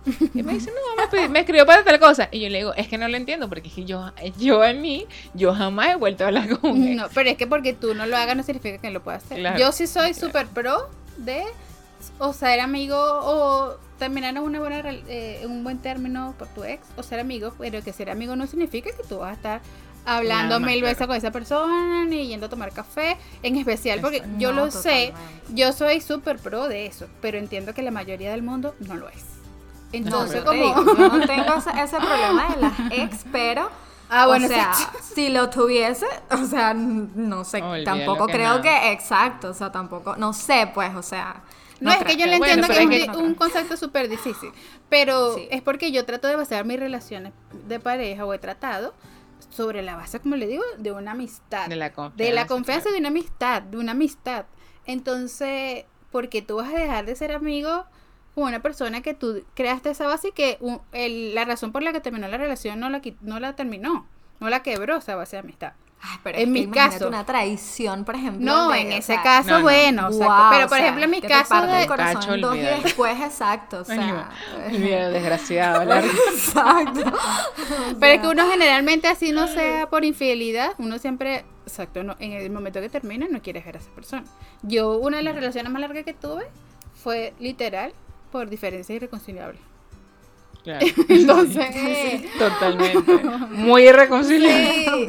Y me dice, no, me, pedí, me escribió para tal cosa. Y yo le digo, es que no lo entiendo, porque es que yo, yo a mí, yo jamás he vuelto a hablar con un ex. No, pero es que porque tú no lo hagas no significa que lo puedas hacer. Claro, yo sí soy claro. súper pro de o ser amigo o terminar en una buena eh, un buen término por tu ex o ser amigo, pero que ser amigo no significa que tú vas a estar hablando Nada más, mil veces claro. con esa persona ni yendo a tomar café, en especial porque Exacto. yo No, lo sé, totalmente. yo soy súper pro de eso, pero entiendo que la mayoría del mundo no lo es. Entonces, pero- Te como... digo, yo no tengo ese, ese problema de las ex, pero Ah, bueno, o sea, exacto. si lo tuviese, o sea, n- no sé, Olvídalo tampoco que creo nada. que, exacto, o sea, tampoco, no sé, pues, o sea. No, es que creo yo le Bueno, entiendo pero que es es que- un, un concepto súper difícil, pero Sí. es porque yo trato de basar mis relaciones de pareja o he tratado sobre la base, como le digo, de una amistad. De la De confianza. la confianza claro. de una amistad, de una amistad. Entonces, porque tú vas a dejar de ser amigo con una persona que tú creaste esa base y que un- el- la razón por la que terminó la relación no la, qui- no la terminó, no la quebró esa base de amistad. Ay, pero En es que mi imagínate caso. una traición, por ejemplo. No, de- en o ese sea, caso, no, no. bueno, exacto. guau, pero o por sea, ejemplo, en mi que te caso parte de... el corazón Cacho, dos días olvídalo. después, exacto, o Ay, sea. no. Mira, desgraciado. la- Exacto. Pero es que uno generalmente así no sea por infidelidad, uno siempre, exacto, no, en el momento que termina no quiere ver a esa persona. Yo una de las relaciones más largas que tuve fue literal por diferencias irreconciliables. Claro. Entonces, Totalmente. Muy irreconciliable. sí,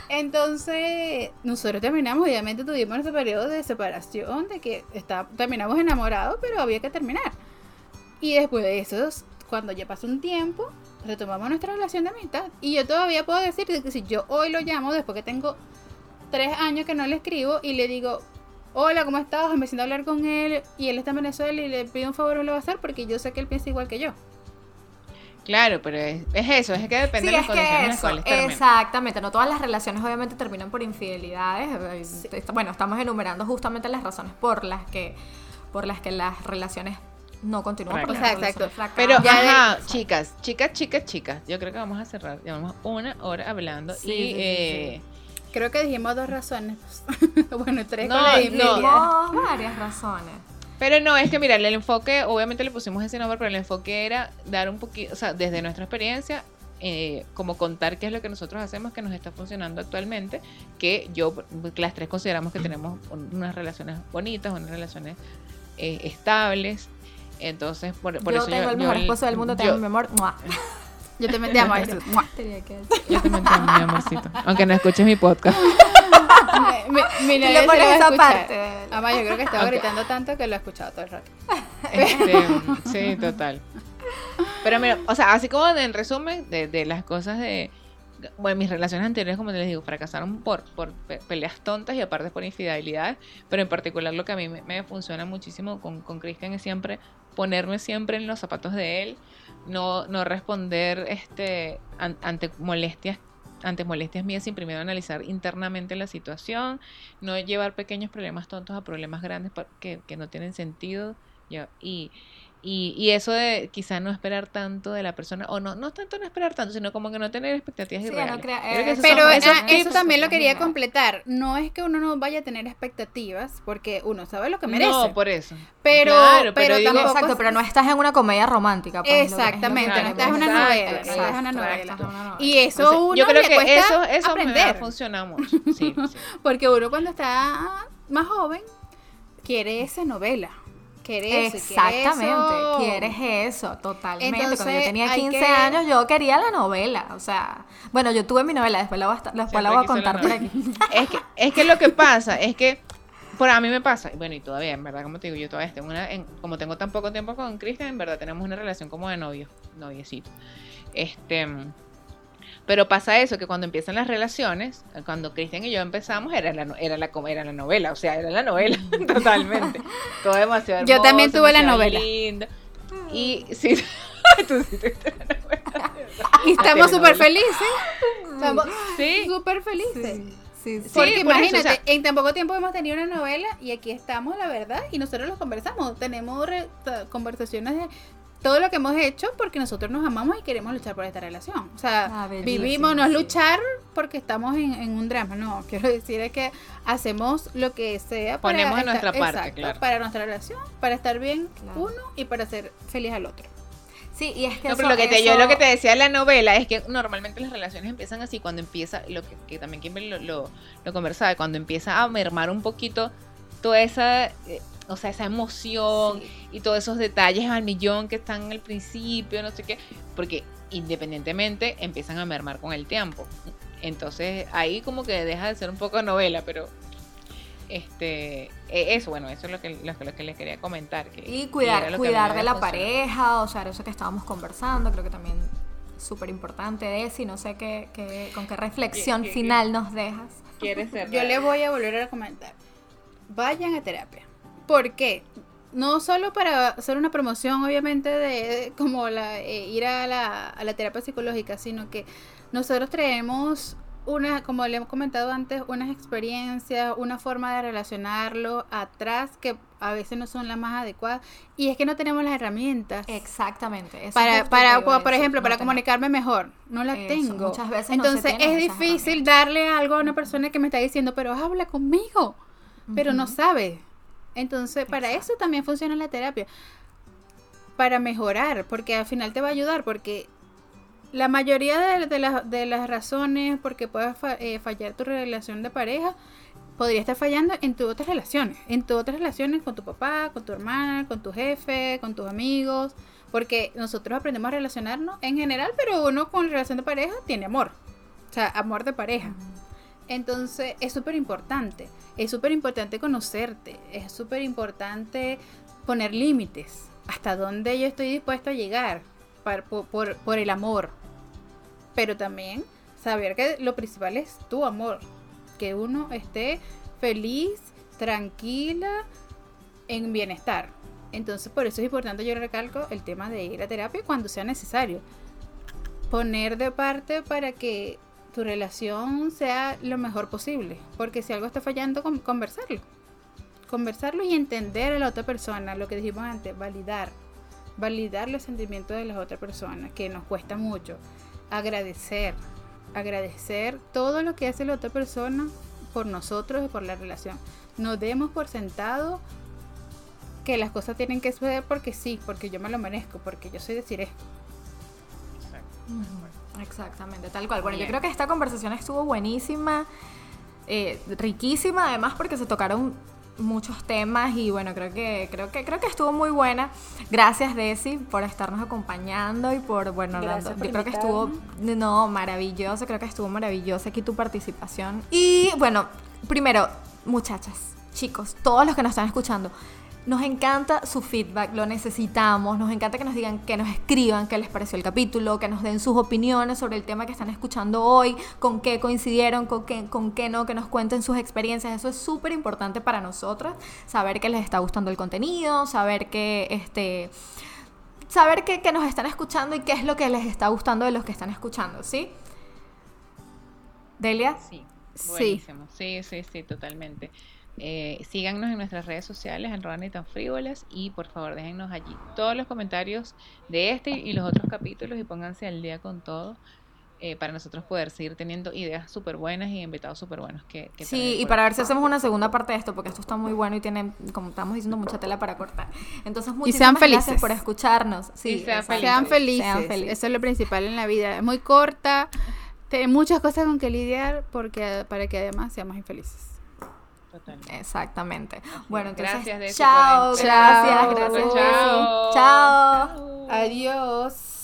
entonces nosotros terminamos, obviamente tuvimos nuestro periodo de separación, de que está, terminamos enamorados, pero había que terminar. Y después de eso, cuando ya pasó un tiempo, retomamos nuestra relación de amistad. Y yo todavía puedo decir que si yo hoy lo llamo, después que tengo tres años que no le escribo, y le digo, hola, ¿cómo estás? Me siento a hablar con él, y él está en Venezuela y le pido un favor, lo va a hacer porque yo sé que él piensa igual que yo. Claro, pero es, es eso, es que depende Sí, de las es condiciones que en las eso, cuales termina. exactamente, no todas las relaciones obviamente terminan por infidelidades. eh, est- Bueno, estamos enumerando justamente las razones por las que por las que las relaciones no continúan. por las Exacto, relaciones exacto. Pero, fracasan. Ya de- ajá, Exacto. chicas, chicas, chicas, chicas. Yo creo que vamos a cerrar. Llevamos una hora hablando Sí, y sí, sí, eh, Creo que dijimos dos razones. bueno, tres No, con la no. infidelidad. Tenemos varias razones. pero no, es que mira, el enfoque, obviamente le pusimos ese nombre, pero el enfoque era dar un poquito, o sea, desde nuestra experiencia, eh, como contar qué es lo que nosotros hacemos que nos está funcionando actualmente, que yo, que las tres consideramos que tenemos un- unas relaciones bonitas, unas relaciones eh, estables. Entonces, por, por yo eso tengo yo, el yo- mejor esposo del mundo, yo- tengo mi amor. ¡Mua! Yo también te amo. Jesús. Mua. Tenía que decir. Yo también te amo, mi amorcito. Aunque no escuches mi podcast. Mi, mi Y novio le pones sí lo va a esa escuchar. parte. Además, yo creo que estaba Ok. gritando tanto que lo ha escuchado todo el rato. Este, sí, total. Pero mira, o sea, así como en resumen de, de las cosas de... Bueno, mis relaciones anteriores, como les digo, fracasaron por, por pe- peleas tontas y aparte por infidelidades, pero en particular lo que a mí me, me funciona muchísimo con, con Cristian es siempre ponerme siempre en los zapatos de él, no, no responder este an- ante molestias ante molestias mías sin primero analizar internamente la situación, no llevar pequeños problemas tontos a problemas grandes pa- que, que no tienen sentido. Ya, y, y, y eso de quizá no esperar tanto de la persona, o no, no tanto no esperar tanto, sino como que no tener expectativas Sí, irreales. no crea- Yo creo que eh, esos Pero son- ah, esos eso tips- también lo quería Mira. completar. No es que uno no vaya a tener expectativas, porque uno sabe lo que merece. No, por eso. Pero- Claro, pero digo, tampoco- Exacto, pero no estás en una comedia romántica. pues, es lo que- es lo que Exactamente, no queremos estás en una decir. novela, no Exacto, estás en una novela. estás en una novela. Y eso o sea, uno yo creo le que cuesta eso, eso me ha aprender. funcionado mucho. Sí, sí. Porque uno cuando está más joven quiere esa novela. Quiere eso, Exactamente, quiere eso. quieres eso, totalmente. Cuando yo Entonces, tenía hay quince que- años, yo quería la novela. O sea, bueno, yo tuve mi novela, después la voy a, esta- después la voy a Siempre quise la contar por aquí. novela. Es que, es que lo que pasa es que, por a mí me pasa, y bueno, y todavía, en verdad, como te digo, yo todavía tengo una, en- como tengo tan poco tiempo con Cristian, en verdad tenemos una relación como de novio, noviecito. Este, pero pasa eso, que cuando empiezan las relaciones, cuando Cristian y yo empezamos, era la, no- era la, como era la novela, o sea, era la novela, totalmente. Todo demasiado hermoso. Yo también tuve la demasiado novela. lindo. Y sí, tú sí tuviste la novela. Y estamos Telenovela. súper felices. Estamos Sí. súper felices. Sí, sí. Porque Sí, por eso, imagínate, o sea- en tan poco tiempo hemos tenido una novela y aquí estamos, la verdad, y nosotros los conversamos. Tenemos re- ta- conversaciones de todo lo que hemos hecho porque nosotros nos amamos y queremos luchar por esta relación. O sea, Ah, bellísimo, vivimos, no es sí. luchar porque estamos en, en un drama, no. Quiero decir es que hacemos lo que sea para Ponemos de estar- nuestra parte, exacto, claro. para nuestra relación, para estar bien Claro. uno y para ser feliz al otro. Sí, y es que No, eso, pero lo que te, eso... yo lo que te decía en la novela es que normalmente las relaciones empiezan así, cuando empieza, lo que, que también Kimberly lo, lo, lo conversaba, cuando empieza a mermar un poquito toda esa, eh, o sea, esa emoción Sí. y todos esos detalles al millón que están al principio, no sé qué, porque independientemente empiezan a mermar con el tiempo. Entonces ahí como que deja de ser un poco novela, pero este eh, eso, bueno, eso es lo que, lo, que- lo que les quería comentar. Que, Y que cuidar, era lo que a mí cuidar me de la había funcionado. pareja, o sea, eso que estábamos conversando, creo que también es súper importante. Desi, no sé qué, qué, con qué reflexión ¿Qué- qué- final nos dejas. ¿Quieres ser? Yo le voy a volver a comentar. Vayan a terapia. ¿Por qué? No solo para hacer una promoción, obviamente, de, de como la, eh, ir a la, a la terapia psicológica, sino que nosotros traemos una, como le hemos comentado antes, unas experiencias, una forma de relacionarlo atrás que a veces no son las más adecuadas. Y es que no tenemos las herramientas. Exactamente. Eso es Para, justo para, lo que iba a por decir, ejemplo, no para tenemos. comunicarme mejor. No la Eso, tengo. muchas veces no se Entonces tienen es esas difícil herramientas. darle algo a una persona que me está diciendo, pero habla conmigo, pero no Ujú. sabe. Entonces, para Exacto. eso también funciona la terapia. Para mejorar, porque al final te va a ayudar, porque la mayoría de, de las, de las razones por qué puedes fa- eh, fallar tu relación de pareja podría estar fallando en tus otras relaciones, en tus otras relaciones con tu papá, con tu hermana, con tu jefe, con tus amigos, porque nosotros aprendemos a relacionarnos en general, pero uno con relación de pareja tiene amor, o sea, amor de pareja. Entonces es súper importante, es súper importante conocerte, es súper importante poner límites, hasta dónde yo estoy dispuesto a llegar par- por, por, por el amor, pero también saber que lo principal es tu amor, que uno esté feliz, tranquila, en bienestar. Entonces por eso es importante, yo recalco el tema de ir a terapia cuando sea necesario, poner de parte para que tu relación sea lo mejor posible, porque si algo está fallando, con- conversarlo conversarlo y entender a la otra persona, lo que dijimos antes, validar validar los sentimientos de las otras personas, que nos cuesta mucho, agradecer agradecer todo lo que hace la otra persona por nosotros y por la relación. No demos por sentado que las cosas tienen que suceder porque sí, porque yo me lo merezco, porque yo soy de Ciré. Ujú, exactamente, tal cual. Bueno, Bien. yo creo que esta conversación estuvo buenísima, eh, riquísima, además porque se tocaron muchos temas y bueno, creo que creo que creo que estuvo muy buena. Gracias, Desi, por estarnos acompañando y por bueno, Gracias dando- por yo creo que estuvo no maravilloso, creo que estuvo maravillosa aquí tu participación. Y bueno, primero, muchachas, chicos, todos los que nos están escuchando, nos encanta su feedback, lo necesitamos, nos encanta que nos digan, que nos escriban qué les pareció el capítulo, que nos den sus opiniones sobre el tema que están escuchando hoy, con qué coincidieron, con qué, con qué no, que nos cuenten sus experiencias. Eso es súper importante para nosotras, saber que les está gustando el contenido, saber que este saber que, que nos están escuchando y qué es lo que les está gustando de los que están escuchando, ¿sí? Delia. Sí, Sí. buenísimo. Sí, sí, sí, totalmente. Eh, síganos en nuestras redes sociales, arroba ni tan frívolas, y por favor déjennos allí todos los comentarios de este y los otros capítulos y pónganse al día con todo, eh, para nosotros poder seguir teniendo ideas súper buenas y invitados súper buenos que, que Sí, traer y por para aquí. ver si hacemos una segunda parte de esto, porque esto está muy bueno y tiene, como estamos diciendo, mucha tela para cortar. Entonces, muchísimas sean felices. gracias por escucharnos. Sí, Y sean exacto. Sean felices. Sean felices. Eso es lo principal en la vida. Es muy corta, tiene muchas cosas con que lidiar porque para que además seamos infelices. Totalmente. Exactamente. Bueno, entonces, Gracias, Desi, chao, por gracias, Chao. gracias, Chao. Desi. Chao. Adiós.